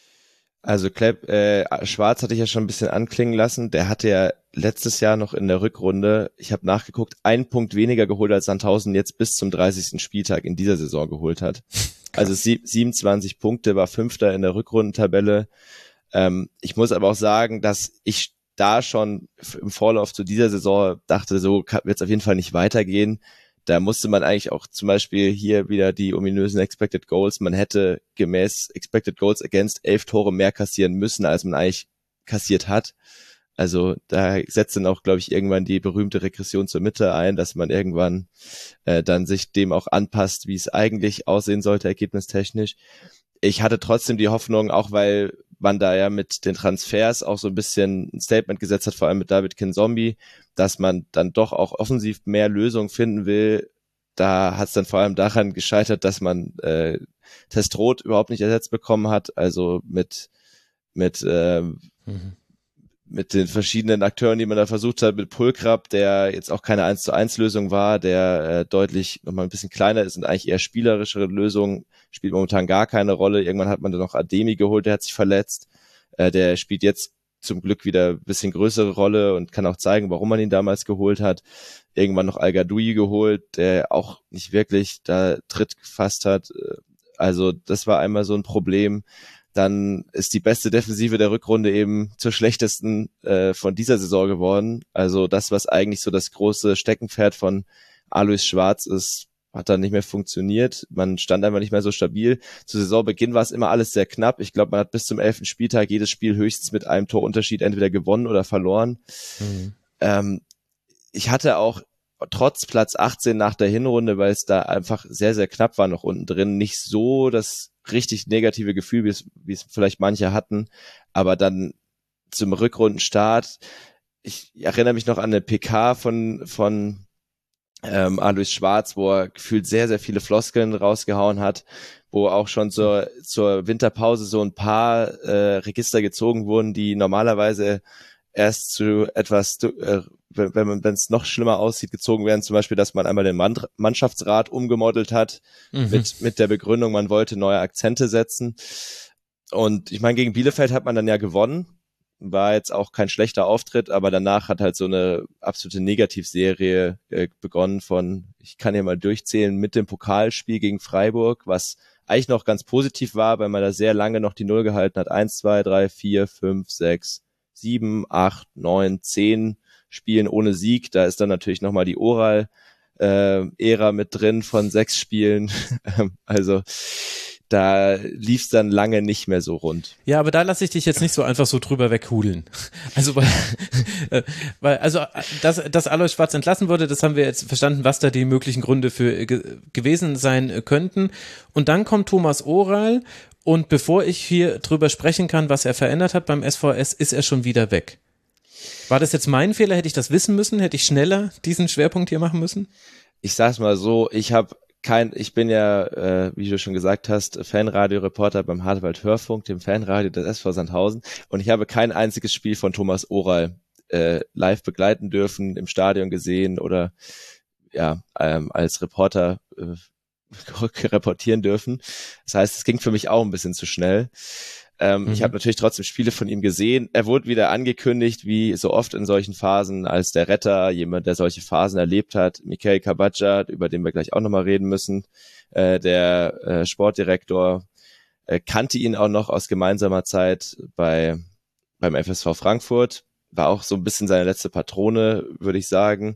Also Klepp, äh, Schwarz hatte ich ja schon ein bisschen anklingen lassen. Der hatte ja letztes Jahr noch in der Rückrunde, ich habe nachgeguckt, einen Punkt weniger geholt, als Sandhausen jetzt bis zum dreißigsten Spieltag in dieser Saison geholt hat. Also sie, siebenundzwanzig Punkte, war Fünfter in der Rückrundentabelle. Ähm, ich muss aber auch sagen, dass ich da schon im Vorlauf zu dieser Saison dachte, so wird es auf jeden Fall nicht weitergehen. Da musste man eigentlich auch zum Beispiel hier wieder die ominösen Expected Goals, man hätte gemäß Expected Goals Against elf Tore mehr kassieren müssen, als man eigentlich kassiert hat. Also da setzt dann auch, glaube ich, irgendwann die berühmte Regression zur Mitte ein, dass man irgendwann äh, dann sich dem auch anpasst, wie es eigentlich aussehen sollte, ergebnistechnisch. Ich hatte trotzdem die Hoffnung, auch weil man da ja mit den Transfers auch so ein bisschen ein Statement gesetzt hat, vor allem mit David Kinzombie, dass man dann doch auch offensiv mehr Lösungen finden will. Da hat es dann vor allem daran gescheitert, dass man äh, Testroth überhaupt nicht ersetzt bekommen hat, also mit mit äh, mhm. mit den verschiedenen Akteuren, die man da versucht hat, mit Pulkrab, der jetzt auch keine eins zu eins Lösung war, der äh, deutlich nochmal ein bisschen kleiner ist und eigentlich eher spielerischere Lösungen, spielt momentan gar keine Rolle. Irgendwann hat man dann noch Ademi geholt, der hat sich verletzt. Äh, der spielt jetzt zum Glück wieder ein bisschen größere Rolle und kann auch zeigen, warum man ihn damals geholt hat. Irgendwann noch Al-Gadoui geholt, der auch nicht wirklich da Tritt gefasst hat. Also das war einmal so ein Problem. Dann ist die beste Defensive der Rückrunde eben zur schlechtesten äh, von dieser Saison geworden. Also das, was eigentlich so das große Steckenpferd von Alois Schwarz ist, hat dann nicht mehr funktioniert. Man stand einfach nicht mehr so stabil. Zu Saisonbeginn war es immer alles sehr knapp. Ich glaube, man hat bis zum elften Spieltag jedes Spiel höchstens mit einem Torunterschied entweder gewonnen oder verloren. Mhm. Ähm, ich hatte auch trotz Platz achtzehn nach der Hinrunde, weil es da einfach sehr, sehr knapp war noch unten drin, nicht so das richtig negative Gefühl, wie es, wie es vielleicht manche hatten. Aber dann zum Rückrundenstart, ich erinnere mich noch an eine P K von von ähm, Alois Schwarz, wo er gefühlt sehr, sehr viele Floskeln rausgehauen hat, wo auch schon zur, zur Winterpause so ein paar äh, Register gezogen wurden, die normalerweise erst zu etwas, äh, wenn man wenn es noch schlimmer aussieht, gezogen werden, zum Beispiel, dass man einmal den Mann, Mannschaftsrat umgemodelt hat, mhm. mit mit der Begründung, man wollte neue Akzente setzen. Und ich meine, gegen Bielefeld hat man dann ja gewonnen, war jetzt auch kein schlechter Auftritt, aber danach hat halt so eine absolute Negativserie äh, begonnen von, ich kann hier mal durchzählen, mit dem Pokalspiel gegen Freiburg, was eigentlich noch ganz positiv war, weil man da sehr lange noch die Null gehalten hat. Eins, zwei, drei, vier, fünf, sechs, sieben, acht, neun, zehn Spielen ohne Sieg. Da ist dann natürlich nochmal die Oral-Ära äh, mit drin von sechs Spielen. Also da lief es dann lange nicht mehr so rund. Ja, aber da lasse ich dich jetzt nicht so einfach so drüber weghudeln. Also weil, äh, weil also dass, dass Alois Schwarz entlassen wurde, das haben wir jetzt verstanden, was da die möglichen Gründe für ge- gewesen sein könnten. Und dann kommt Thomas Oral und bevor ich hier drüber sprechen kann, was er verändert hat beim S V S, ist er schon wieder weg. War das jetzt mein Fehler? Hätte ich das wissen müssen? Hätte ich schneller diesen Schwerpunkt hier machen müssen? Ich sag's mal so, ich habe kein, ich bin ja, äh, wie du schon gesagt hast, Fanradio-Reporter beim Hartwald Hörfunk, dem Fanradio des S V Sandhausen, und ich habe kein einziges Spiel von Thomas Oral äh, live begleiten dürfen, im Stadion gesehen oder ja ähm, als Reporter äh, reportieren dürfen. Das heißt, es ging für mich auch ein bisschen zu schnell. Ähm, Mhm. Ich habe natürlich trotzdem Spiele von ihm gesehen. Er wurde wieder angekündigt, wie so oft in solchen Phasen, als der Retter, jemand, der solche Phasen erlebt hat. Michael Kabadja, über den wir gleich auch nochmal reden müssen, äh, der äh, Sportdirektor, äh, kannte ihn auch noch aus gemeinsamer Zeit bei beim F S V Frankfurt. War auch so ein bisschen seine letzte Patrone, würde ich sagen.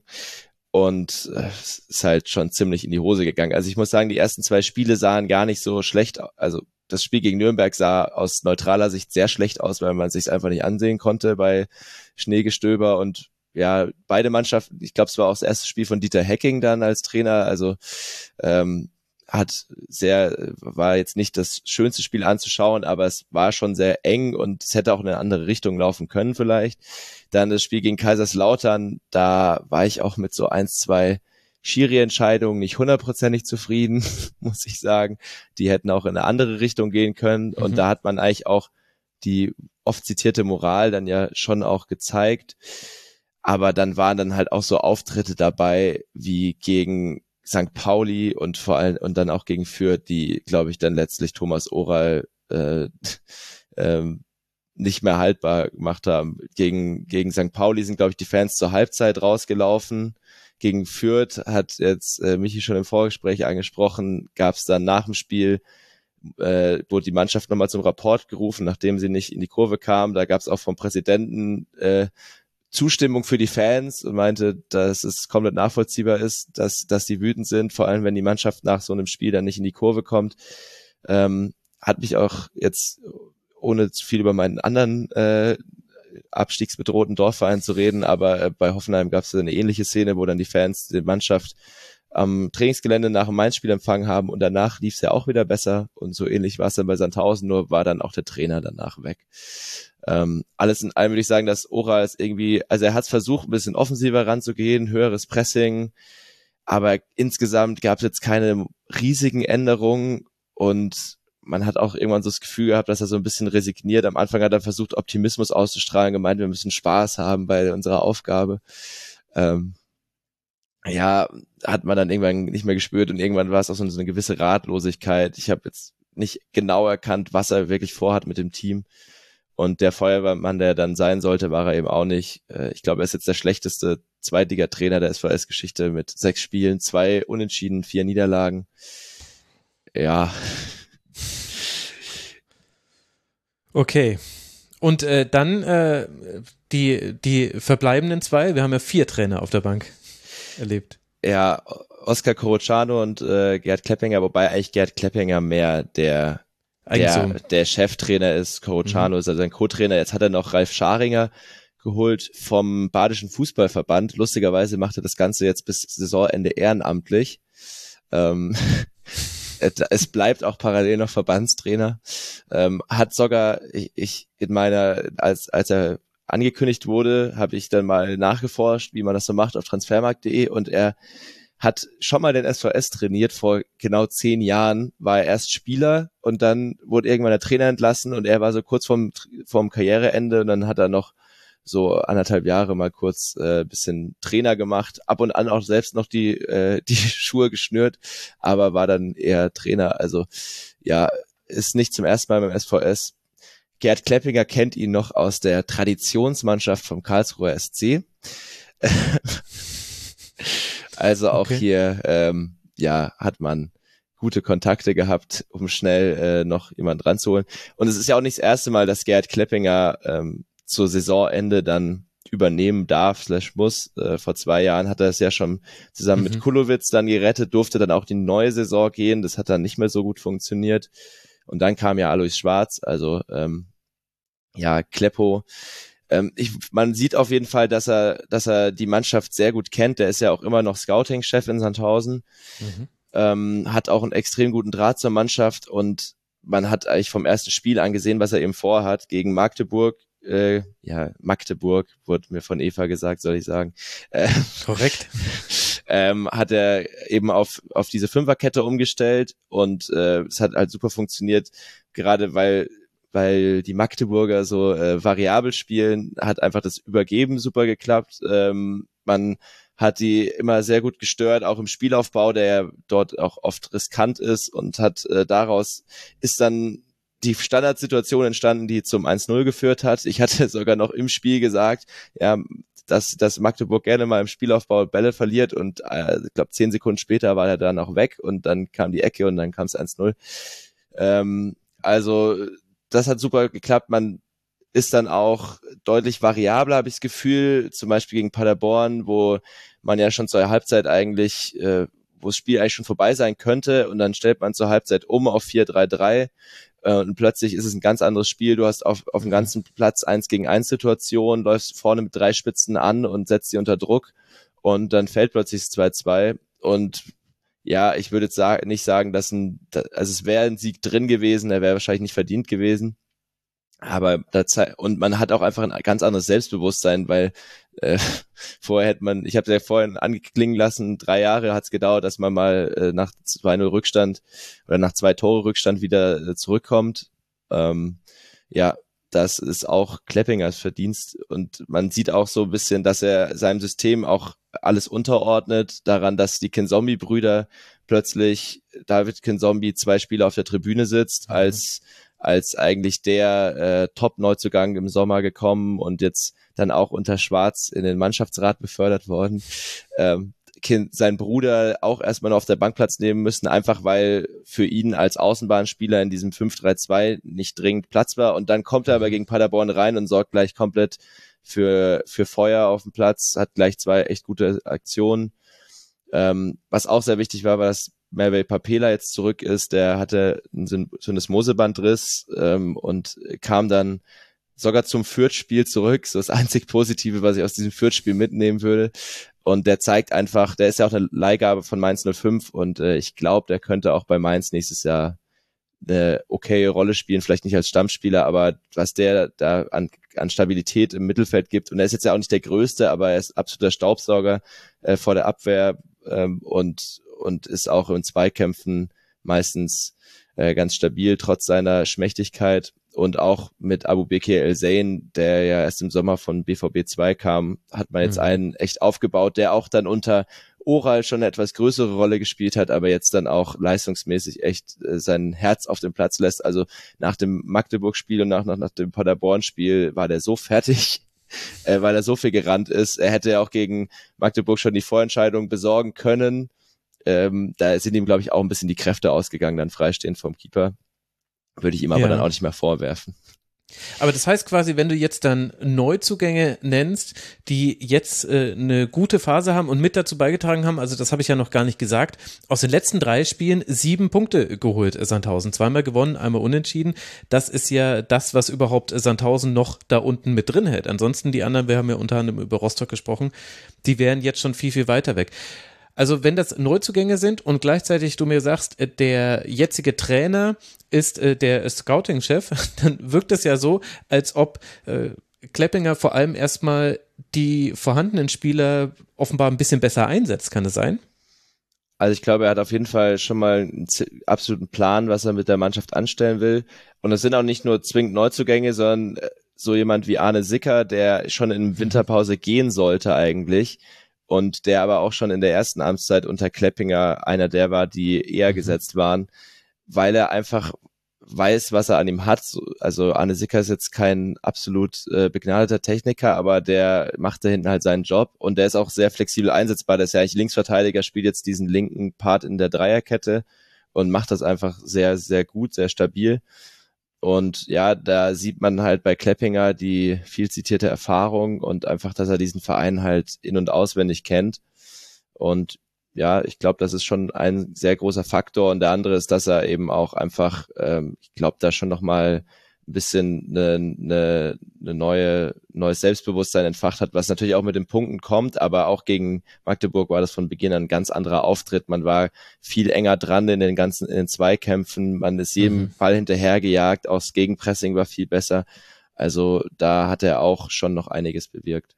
Und äh, es ist halt schon ziemlich in die Hose gegangen. Also ich muss sagen, die ersten zwei Spiele sahen gar nicht so schlecht aus. Also das Spiel gegen Nürnberg sah aus neutraler Sicht sehr schlecht aus, weil man sich einfach nicht ansehen konnte bei Schneegestöber. Und ja, beide Mannschaften, ich glaube, es war auch das erste Spiel von Dieter Hecking dann als Trainer, also ähm, hat sehr, war jetzt nicht das schönste Spiel anzuschauen, aber es war schon sehr eng und es hätte auch in eine andere Richtung laufen können vielleicht. Dann das Spiel gegen Kaiserslautern, da war ich auch mit so eins, zwei Schiri-Entscheidungen nicht hundertprozentig zufrieden, muss ich sagen. Die hätten auch in eine andere Richtung gehen können. Und Mhm. da hat man eigentlich auch die oft zitierte Moral dann ja schon auch gezeigt. Aber dann waren dann halt auch so Auftritte dabei, wie gegen Sankt Pauli und vor allem und dann auch gegen Fürth, die, glaube ich, dann letztlich Thomas Oral äh, ähm, nicht mehr haltbar gemacht haben. Gegen gegen Sankt Pauli sind, glaube ich, die Fans zur Halbzeit rausgelaufen. Gegen Fürth hat jetzt äh, Michi schon im Vorgespräch angesprochen, gab es dann nach dem Spiel, äh, wurde die Mannschaft nochmal zum Rapport gerufen, nachdem sie nicht in die Kurve kam. Da gab es auch vom Präsidenten äh, Zustimmung für die Fans und meinte, dass es komplett nachvollziehbar ist, dass dass die wütend sind, vor allem wenn die Mannschaft nach so einem Spiel dann nicht in die Kurve kommt. Ähm, hat mich auch jetzt, ohne zu viel über meinen anderen äh, abstiegsbedrohten Dorfverein zu reden, aber äh, bei Hoffenheim gab es eine ähnliche Szene, wo dann die Fans die Mannschaft am Trainingsgelände nach dem Mainz-Spiel empfangen haben und danach lief es ja auch wieder besser und so ähnlich war es dann bei Sandhausen, nur war dann auch der Trainer danach weg. Ähm, alles in allem würde ich sagen, dass Oral ist irgendwie, also er hat es versucht, ein bisschen offensiver ranzugehen, höheres Pressing, aber insgesamt gab es jetzt keine riesigen Änderungen und man hat auch irgendwann so das Gefühl gehabt, dass er so ein bisschen resigniert. Am Anfang hat er versucht, Optimismus auszustrahlen, gemeint, wir müssen Spaß haben bei unserer Aufgabe. Ähm, ja, hat man dann irgendwann nicht mehr gespürt und irgendwann war es auch so eine gewisse Ratlosigkeit. Ich habe jetzt nicht genau erkannt, was er wirklich vorhat mit dem Team. Und der Feuerwehrmann, der dann sein sollte, war er eben auch nicht. Ich glaube, er ist jetzt der schlechteste Zweitligatrainer der S V S-Geschichte mit sechs Spielen, zwei Unentschieden, vier Niederlagen. Ja. Okay. Und äh, dann äh, die, die verbleibenden zwei, wir haben ja vier Trainer auf der Bank erlebt. Ja, Oskar Corrucano und äh, Gerd Kleppinger, wobei eigentlich Gerd Kleppinger mehr der der, so. der Cheftrainer ist. Corrucano mhm. ist also ein Co-Trainer. Jetzt hat er noch Ralf Scharinger geholt vom Badischen Fußballverband. Lustigerweise macht er das Ganze jetzt bis Saisonende ehrenamtlich. Ähm, es bleibt auch parallel noch Verbandstrainer. Ähm, hat sogar, ich, ich in meiner, als als er angekündigt wurde, habe ich dann mal nachgeforscht, wie man das so macht auf transfermarkt punkt de und er hat schon mal den S V S trainiert, vor genau zehn Jahren war er erst Spieler und dann wurde irgendwann der Trainer entlassen und er war so kurz vorm, vorm Karriereende und dann hat er noch so anderthalb Jahre mal kurz äh, bisschen Trainer gemacht, ab und an auch selbst noch die äh, die Schuhe geschnürt, aber war dann eher Trainer, also ja, ist nicht zum ersten Mal beim S V S. Gerd Kleppinger kennt ihn noch aus der Traditionsmannschaft vom Karlsruher S C. Also auch okay. hier ähm, ja hat man gute Kontakte gehabt, um schnell äh, noch jemanden ranzuholen. Und es ist ja auch nicht das erste Mal, dass Gerd Kleppinger ähm, zur Saisonende dann übernehmen darf, slash muss. Äh, vor zwei Jahren hat er es ja schon zusammen mhm. mit Kulowitz dann gerettet, durfte dann auch die neue Saison gehen. Das hat dann nicht mehr so gut funktioniert. Und dann kam ja Alois Schwarz, also ähm, ja, Kleppo. Ähm, ich, man sieht auf jeden Fall, dass er, dass er die Mannschaft sehr gut kennt. Der ist ja auch immer noch Scouting-Chef in Sandhausen. Mhm. Ähm, hat auch einen extrem guten Draht zur Mannschaft und man hat eigentlich vom ersten Spiel angesehen, was er eben vorhat. Gegen Magdeburg, äh, ja, Magdeburg, wurde mir von Eva gesagt, soll ich sagen. Äh, Korrekt. ähm, hat er eben auf, auf diese Fünferkette umgestellt und äh, es hat halt super funktioniert, gerade weil weil die Magdeburger so äh, variabel spielen, hat einfach das Übergeben super geklappt. Ähm, man hat die immer sehr gut gestört, auch im Spielaufbau, der dort auch oft riskant ist und hat äh, daraus ist dann die Standardsituation entstanden, die zum eins null geführt hat. Ich hatte sogar noch im Spiel gesagt, ja, dass, dass Magdeburg gerne mal im Spielaufbau Bälle verliert und äh, ich glaube zehn Sekunden später war er dann auch weg und dann kam die Ecke und dann kam es eins null. Ähm, also das hat super geklappt. Man ist dann auch deutlich variabler, habe ich das Gefühl, zum Beispiel gegen Paderborn, wo man ja schon zur Halbzeit eigentlich, äh, wo das Spiel eigentlich schon vorbei sein könnte und dann stellt man zur Halbzeit um auf vier drei drei äh, und plötzlich ist es ein ganz anderes Spiel. Du hast auf, auf dem ganzen Platz eins gegen eins Situation, läufst vorne mit drei Spitzen an und setzt sie unter Druck und dann fällt plötzlich das zwei zwei und ja, ich würde jetzt sag, nicht sagen, dass ein, also es wäre ein Sieg drin gewesen, er wäre wahrscheinlich nicht verdient gewesen. Aber das, und man hat auch einfach ein ganz anderes Selbstbewusstsein, weil äh, vorher hätte man, ich habe es ja vorhin angeklingen lassen, drei Jahre hat es gedauert, dass man mal äh, nach zwei null Rückstand oder nach zwei Tore Rückstand wieder äh, zurückkommt. Ähm, ja, das ist auch Kleppingers Verdienst und man sieht auch so ein bisschen, dass er seinem System auch alles unterordnet, daran, dass die Kinzombie-Brüder plötzlich, David Kinzombie zwei Spiele auf der Tribüne sitzt, mhm. als als eigentlich der äh, Top-Neuzugang im Sommer gekommen und jetzt dann auch unter Schwarz in den Mannschaftsrat befördert worden. Ähm, kind, sein Bruder auch erstmal noch auf der Bank Platz nehmen müssen, einfach weil für ihn als Außenbahnspieler in diesem fünf drei zwei nicht dringend Platz war. Und dann kommt er aber gegen Paderborn rein und sorgt gleich komplett für für Feuer auf dem Platz, hat gleich zwei echt gute Aktionen. Ähm, was auch sehr wichtig war, war, dass Mervey Papela jetzt zurück ist, der hatte einen Syndesmosebandriss ähm, und kam dann sogar zum Fürth-Spiel zurück. So das einzig Positive, was ich aus diesem Fürth-Spiel mitnehmen würde. Und der zeigt einfach, der ist ja auch eine Leihgabe von Mainz null fünf und äh, ich glaube, der könnte auch bei Mainz nächstes Jahr eine okaye Rolle spielen, vielleicht nicht als Stammspieler, aber was der da an, an Stabilität im Mittelfeld gibt, und er ist jetzt ja auch nicht der Größte, aber er ist absoluter Staubsauger äh, vor der Abwehr ähm, und und ist auch in Zweikämpfen meistens äh, ganz stabil, trotz seiner Schmächtigkeit. Und auch mit Abubekir El-Zein, der ja erst im Sommer von B V B zwei kam, hat man jetzt mhm. einen echt aufgebaut, der auch dann unter Oral schon eine etwas größere Rolle gespielt hat, aber jetzt dann auch leistungsmäßig echt äh, sein Herz auf den Platz lässt. Also nach dem Magdeburg-Spiel und nach, nach, nach dem Paderborn-Spiel war der so fertig, äh, weil er so viel gerannt ist. Er hätte ja auch gegen Magdeburg schon die Vorentscheidung besorgen können. Ähm, da sind ihm, glaube ich, auch ein bisschen die Kräfte ausgegangen, dann freistehend vom Keeper. Würde ich ihm aber ja. dann auch nicht mehr vorwerfen. Aber das heißt quasi, wenn du jetzt dann Neuzugänge nennst, die jetzt äh, eine gute Phase haben und mit dazu beigetragen haben, also das habe ich ja noch gar nicht gesagt, aus den letzten drei Spielen sieben Punkte geholt, Sandhausen. Zweimal gewonnen, einmal unentschieden. Das ist ja das, was überhaupt Sandhausen noch da unten mit drin hält. Ansonsten die anderen, wir haben ja unter anderem über Rostock gesprochen, die wären jetzt schon viel, viel weiter weg. Also wenn das Neuzugänge sind und gleichzeitig du mir sagst, der jetzige Trainer ist äh, der Scouting-Chef, dann wirkt es ja so, als ob äh, Kleppinger vor allem erstmal die vorhandenen Spieler offenbar ein bisschen besser einsetzt. Kann das sein? Also ich glaube, er hat auf jeden Fall schon mal einen absoluten Plan, was er mit der Mannschaft anstellen will. Und es sind auch nicht nur zwingend Neuzugänge, sondern so jemand wie Arne Sicker, der schon in Winterpause gehen sollte eigentlich. Und der aber auch schon in der ersten Amtszeit unter Kleppinger einer der war, die eher mhm. gesetzt waren, weil er einfach weiß, was er an ihm hat. Also Arne Sicker ist jetzt kein absolut äh, begnadeter Techniker, aber der macht da hinten halt seinen Job und der ist auch sehr flexibel einsetzbar. Der ist ja eigentlich Linksverteidiger, spielt jetzt diesen linken Part in der Dreierkette und macht das einfach sehr, sehr gut, sehr stabil. Und ja, da sieht man halt bei Kleppinger die viel zitierte Erfahrung und einfach, dass er diesen Verein halt in- und auswendig kennt. Und ja, ich glaube, das ist schon ein sehr großer Faktor. Und der andere ist, dass er eben auch einfach, ähm, ich glaube, da schon nochmal ein bisschen eine, eine, eine neue, neues Selbstbewusstsein entfacht hat, was natürlich auch mit den Punkten kommt, aber auch gegen Magdeburg war das von Beginn an ein ganz anderer Auftritt. Man war viel enger dran in den ganzen, in den Zweikämpfen, man ist jedem mhm. Ball hinterhergejagt, auch das Gegenpressing war viel besser. Also da hat er auch schon noch einiges bewirkt.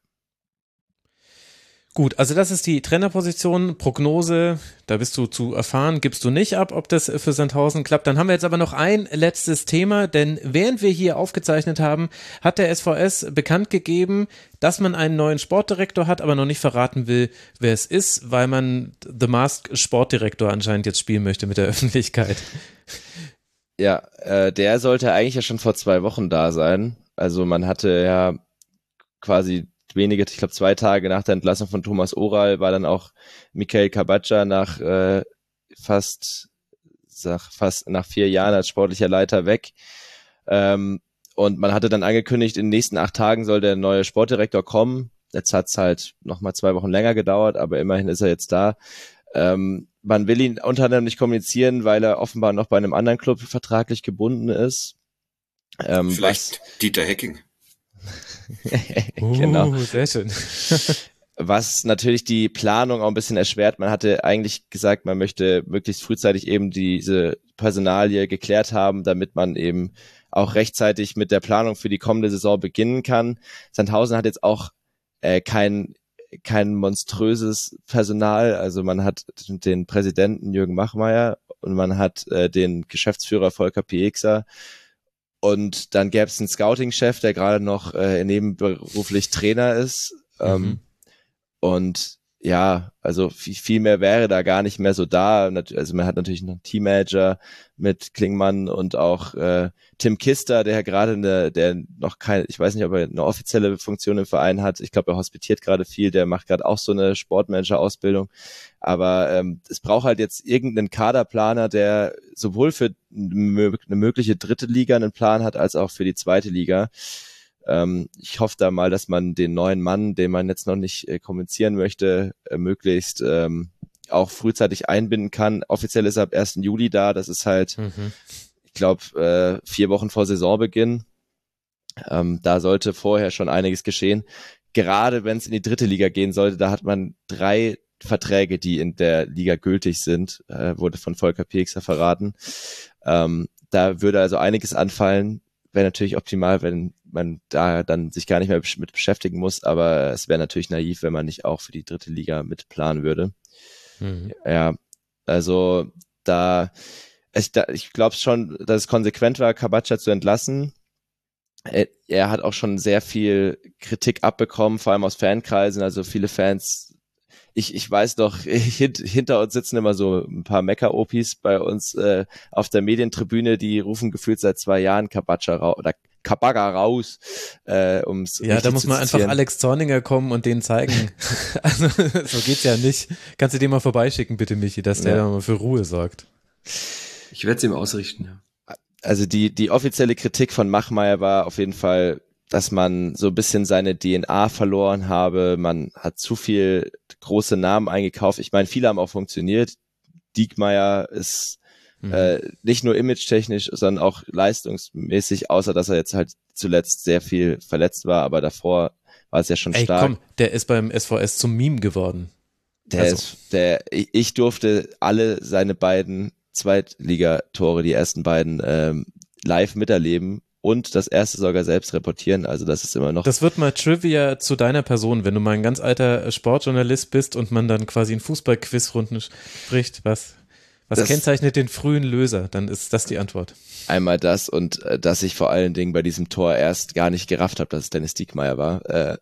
Gut, also das ist die Trainerposition, Prognose, da bist du zu erfahren, gibst du nicht ab, ob das für Sandhausen klappt. Dann haben wir jetzt aber noch ein letztes Thema, denn während wir hier aufgezeichnet haben, hat der S V S bekannt gegeben, dass man einen neuen Sportdirektor hat, aber noch nicht verraten will, wer es ist, weil man The Masked Sportdirektor anscheinend jetzt spielen möchte mit der Öffentlichkeit. Ja, äh, der sollte eigentlich ja schon vor zwei Wochen da sein. Also man hatte ja quasi wenige, ich glaube zwei Tage nach der Entlassung von Thomas Oral war dann auch Michael Kabatscha nach äh, fast, sag, fast nach vier Jahren als sportlicher Leiter weg. Ähm, und man hatte dann angekündigt, in den nächsten acht Tagen soll der neue Sportdirektor kommen. Jetzt hat's halt nochmal zwei Wochen länger gedauert, aber immerhin ist er jetzt da. Ähm, man will ihn unter anderem nicht kommunizieren, weil er offenbar noch bei einem anderen Club vertraglich gebunden ist. Ähm, Vielleicht was, Dieter Hecking. Genau. Uh, sehr schön. Was natürlich die Planung auch ein bisschen erschwert. Man hatte eigentlich gesagt, man möchte möglichst frühzeitig eben diese Personalie geklärt haben, damit man eben auch rechtzeitig mit der Planung für die kommende Saison beginnen kann. Sandhausen hat jetzt auch äh, kein kein monströses Personal. Also man hat den Präsidenten Jürgen Machmeier und man hat äh, den Geschäftsführer Volker Piekser. Und dann gäbe es einen Scouting-Chef, der gerade noch äh, nebenberuflich Trainer ist. Mhm. Ähm, und ja, also viel, viel mehr wäre da gar nicht mehr so da. Also man hat natürlich noch einen Teammanager mit Klingmann und auch äh, Tim Kister, der gerade eine, der noch keine, ich weiß nicht, ob er eine offizielle Funktion im Verein hat. Ich glaube, er hospitiert gerade viel, der macht gerade auch so eine Sportmanager-Ausbildung. Aber ähm, es braucht halt jetzt irgendeinen Kaderplaner, der sowohl für eine mögliche dritte Liga einen Plan hat, als auch für die zweite Liga. Ähm, ich hoffe da mal, dass man den neuen Mann, den man jetzt noch nicht äh, kommunizieren möchte, äh, möglichst ähm, auch frühzeitig einbinden kann. Offiziell ist er ab ersten Juli da. Das ist halt, mhm. ich glaube, äh, vier Wochen vor Saisonbeginn. Ähm, da sollte vorher schon einiges geschehen. Gerade wenn es in die dritte Liga gehen sollte, da hat man drei Verträge, die in der Liga gültig sind, äh, wurde von Volker Piekser verraten. Ähm, da würde also einiges anfallen. Wäre natürlich optimal, wenn man da dann sich gar nicht mehr mit beschäftigen muss, aber es wäre natürlich naiv, wenn man nicht auch für die dritte Liga mit planen würde. Mhm. Ja, also da, ich, da, ich glaube schon, dass es konsequent war, Kabatscha zu entlassen. Er, er hat auch schon sehr viel Kritik abbekommen, vor allem aus Fankreisen, also viele Fans. Ich, ich weiß noch, hint, hinter uns sitzen immer so ein paar Mecker-Opis bei uns äh, auf der Medientribüne, die rufen gefühlt seit zwei Jahren Kabatscha raus oder Kabaga raus, äh, ums Ja, da muss man einfach Alex Zorniger kommen und denen zeigen. Also so geht's ja nicht. Kannst du den mal vorbeischicken, bitte, Michi, dass der ja. mal für Ruhe sorgt. Ich werde es ihm ausrichten, ja. Also die, die offizielle Kritik von Machmeier war auf jeden Fall, dass man so ein bisschen seine D N A verloren habe. Man hat zu viel große Namen eingekauft. Ich meine, viele haben auch funktioniert. Diekmeyer ist mhm. äh, nicht nur image-technisch, sondern auch leistungsmäßig, außer dass er jetzt halt zuletzt sehr viel verletzt war, aber davor war es ja schon Ey, stark. Komm, der ist beim S V S zum Meme geworden. Der also. ist, der, ich durfte alle seine beiden Zweitligatore, die ersten beiden, ähm, live miterleben. Und das erste sogar selbst reportieren, also das ist immer noch... Das wird mal Trivia zu deiner Person, wenn du mal ein ganz alter Sportjournalist bist und man dann quasi in Fußball-Quiz-Runden spricht, was, was kennzeichnet den frühen Löser, dann ist das die Antwort. Einmal das und äh, dass ich vor allen Dingen bei diesem Tor erst gar nicht gerafft habe, dass es Dennis Diekmeyer war, äh,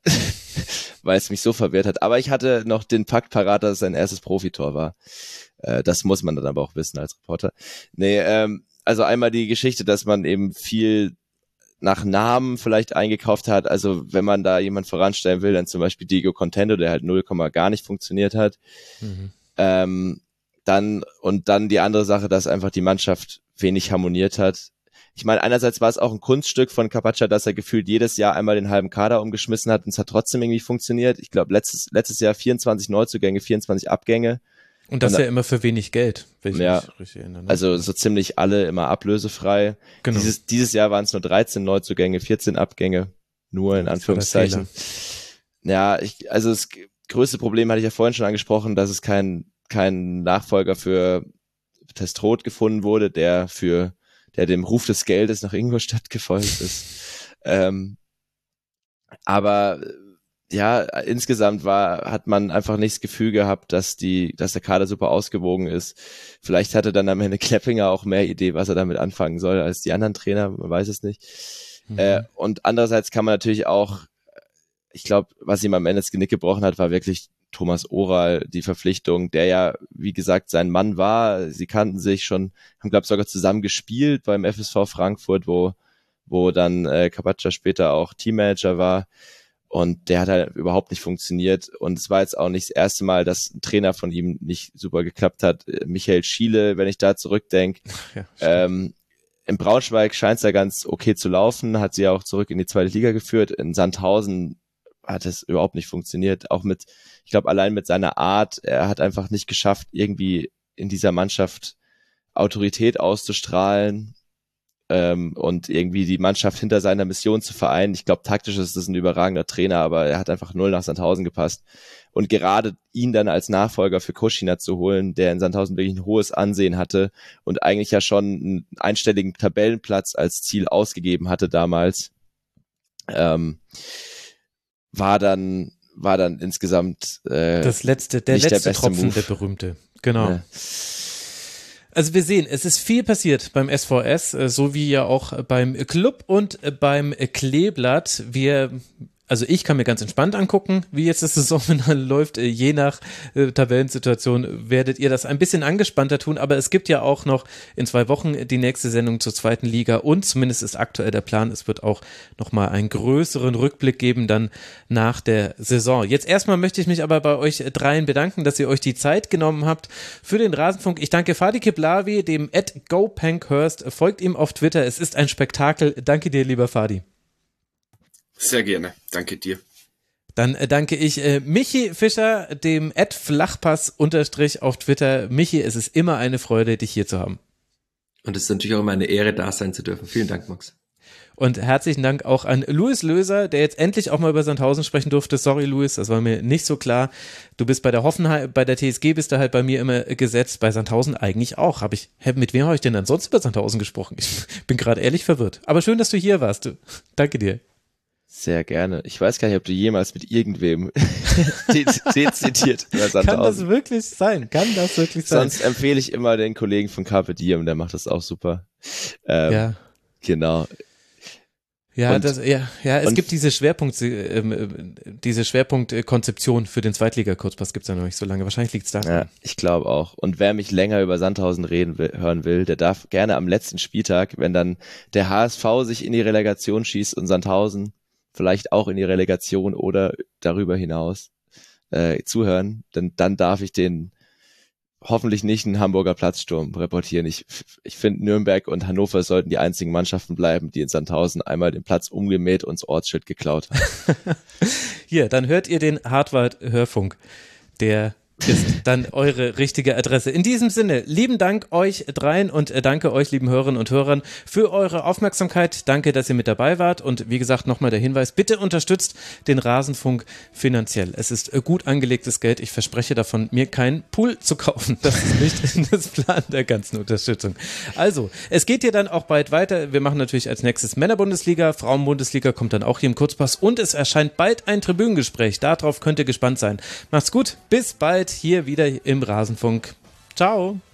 weil es mich so verwirrt hat. Aber ich hatte noch den Fakt parat, dass es sein erstes Profitor war. Äh, das muss man dann aber auch wissen als Reporter. Nee, ähm, also einmal die Geschichte, dass man eben viel nach Namen vielleicht eingekauft hat, also wenn man da jemand voranstellen will, dann zum Beispiel Diego Contendo, der halt null, gar nicht funktioniert hat. Mhm. Ähm, dann und dann die andere Sache, dass einfach die Mannschaft wenig harmoniert hat. Ich meine, einerseits war es auch ein Kunststück von Kabatscha, dass er gefühlt jedes Jahr einmal den halben Kader umgeschmissen hat und es hat trotzdem irgendwie funktioniert. Ich glaube, letztes, letztes Jahr vierundzwanzig Neuzugänge, vierundzwanzig Abgänge. Und das und, ja immer für wenig Geld, wenn ich ja, mich richtig erinnere. Ne? Also so ziemlich alle immer ablösefrei. Genau. Dieses, dieses Jahr waren es nur dreizehn Neuzugänge, vierzehn Abgänge, nur in Anführungszeichen. Ja, ich, also das größte Problem hatte ich ja vorhin schon angesprochen, dass es kein, kein Nachfolger für Testroth gefunden wurde, der für, der dem Ruf des Geldes nach Ingolstadt gefolgt ist. ähm, aber ja, insgesamt war, hat man einfach nicht das Gefühl gehabt, dass die, dass der Kader super ausgewogen ist. Vielleicht hatte dann am Ende Kleppinger auch mehr Idee, was er damit anfangen soll, als die anderen Trainer, man weiß es nicht. Mhm. Äh, und andererseits kann man natürlich auch, ich glaube, was ihm am Ende das Genick gebrochen hat, war wirklich Thomas Oral, die Verpflichtung, der ja, wie gesagt, sein Mann war. Sie kannten sich schon, haben, glaube ich, sogar zusammen gespielt beim F S V Frankfurt, wo, wo dann äh, Kabatscha später auch Teammanager war. Und der hat halt überhaupt nicht funktioniert. Und es war jetzt auch nicht das erste Mal, dass ein Trainer von ihm nicht super geklappt hat. Michael Schiele, wenn ich da zurückdenke. Ja, ähm, in Braunschweig scheint es ja ganz okay zu laufen, hat sie ja auch zurück in die zweite Liga geführt. In Sandhausen hat es überhaupt nicht funktioniert. Auch mit, ich glaube, allein mit seiner Art, er hat einfach nicht geschafft, irgendwie in dieser Mannschaft Autorität auszustrahlen. Ähm, und irgendwie die Mannschaft hinter seiner Mission zu vereinen. Ich glaube, taktisch ist das ein überragender Trainer, aber er hat einfach null nach Sandhausen gepasst. Und gerade ihn dann als Nachfolger für Koschina zu holen, der in Sandhausen wirklich ein hohes Ansehen hatte und eigentlich ja schon einen einstelligen Tabellenplatz als Ziel ausgegeben hatte damals, ähm, war dann war dann insgesamt äh, das letzte, der letzte der Tropfen, Move. der berühmte. Genau. Ja. Also wir sehen, es ist viel passiert beim S V S, so wie ja auch beim Club und beim Kleeblatt. Wir, also ich kann mir ganz entspannt angucken, wie jetzt das Saisonfinale läuft. Je nach äh, Tabellensituation werdet ihr das ein bisschen angespannter tun, aber es gibt ja auch noch in zwei Wochen die nächste Sendung zur zweiten Liga und zumindest ist aktuell der Plan, es wird auch nochmal einen größeren Rückblick geben dann nach der Saison. Jetzt erstmal möchte ich mich aber bei euch dreien bedanken, dass ihr euch die Zeit genommen habt für den Rasenfunk. Ich danke Fadi Kiblavi, dem at GoPankhurst, folgt ihm auf Twitter, es ist ein Spektakel. Danke dir, lieber Fadi. Sehr gerne, danke dir. Dann äh, danke ich äh, Michi Fischer, dem at Flachpass unterstrich auf Twitter. Michi, es ist immer eine Freude, dich hier zu haben. Und es ist natürlich auch immer eine Ehre, da sein zu dürfen. Vielen Dank, Max. Und herzlichen Dank auch an Louis Löser, der jetzt endlich auch mal über Sandhausen sprechen durfte. Sorry, Louis, das war mir nicht so klar. Du bist bei der Hoffenheim, bei der T S G bist du halt bei mir immer gesetzt, bei Sandhausen eigentlich auch. Hab ich, mit wem habe ich denn ansonsten über Sandhausen gesprochen? Ich bin gerade ehrlich verwirrt. Aber schön, dass du hier warst. Du. Danke dir. Sehr gerne. Ich weiß gar nicht, ob du jemals mit irgendwem zitiert über Sandhausen. Kann das wirklich sein? Kann das wirklich sein? Sonst empfehle ich immer den Kollegen von Carpe Diem, der macht das auch super. Ähm, ja. Genau. Ja, und, das, ja, ja, es und, gibt diese Schwerpunkt, ähm, diese Schwerpunktkonzeption für den Zweitliga-Kurzpass gibt's ja noch nicht so lange. Wahrscheinlich liegt's da. Ja, ich glaube auch. Und wer mich länger über Sandhausen reden will, hören will, der darf gerne am letzten Spieltag, wenn dann der H S V sich in die Relegation schießt und Sandhausen vielleicht auch in die Relegation oder darüber hinaus äh, zuhören, denn dann darf ich den hoffentlich nicht einen Hamburger Platzsturm reportieren. Ich, ich finde, Nürnberg und Hannover sollten die einzigen Mannschaften bleiben, die in Sandhausen einmal den Platz umgemäht und das Ortsschild geklaut haben. Hier, dann hört ihr den Hartwald-Hörfunk, der ist dann eure richtige Adresse. In diesem Sinne, lieben Dank euch dreien und danke euch, lieben Hörerinnen und Hörern, für eure Aufmerksamkeit. Danke, dass ihr mit dabei wart und wie gesagt, nochmal der Hinweis, bitte unterstützt den Rasenfunk finanziell. Es ist gut angelegtes Geld. Ich verspreche davon, mir keinen Pool zu kaufen. Das ist nicht in das Plan der ganzen Unterstützung. Also, es geht hier dann auch bald weiter. Wir machen natürlich als nächstes Männerbundesliga, Frauenbundesliga kommt dann auch hier im Kurzpass und es erscheint bald ein Tribünengespräch. Darauf könnt ihr gespannt sein. Macht's gut, bis bald. Hier wieder im Rasenfunk. Ciao.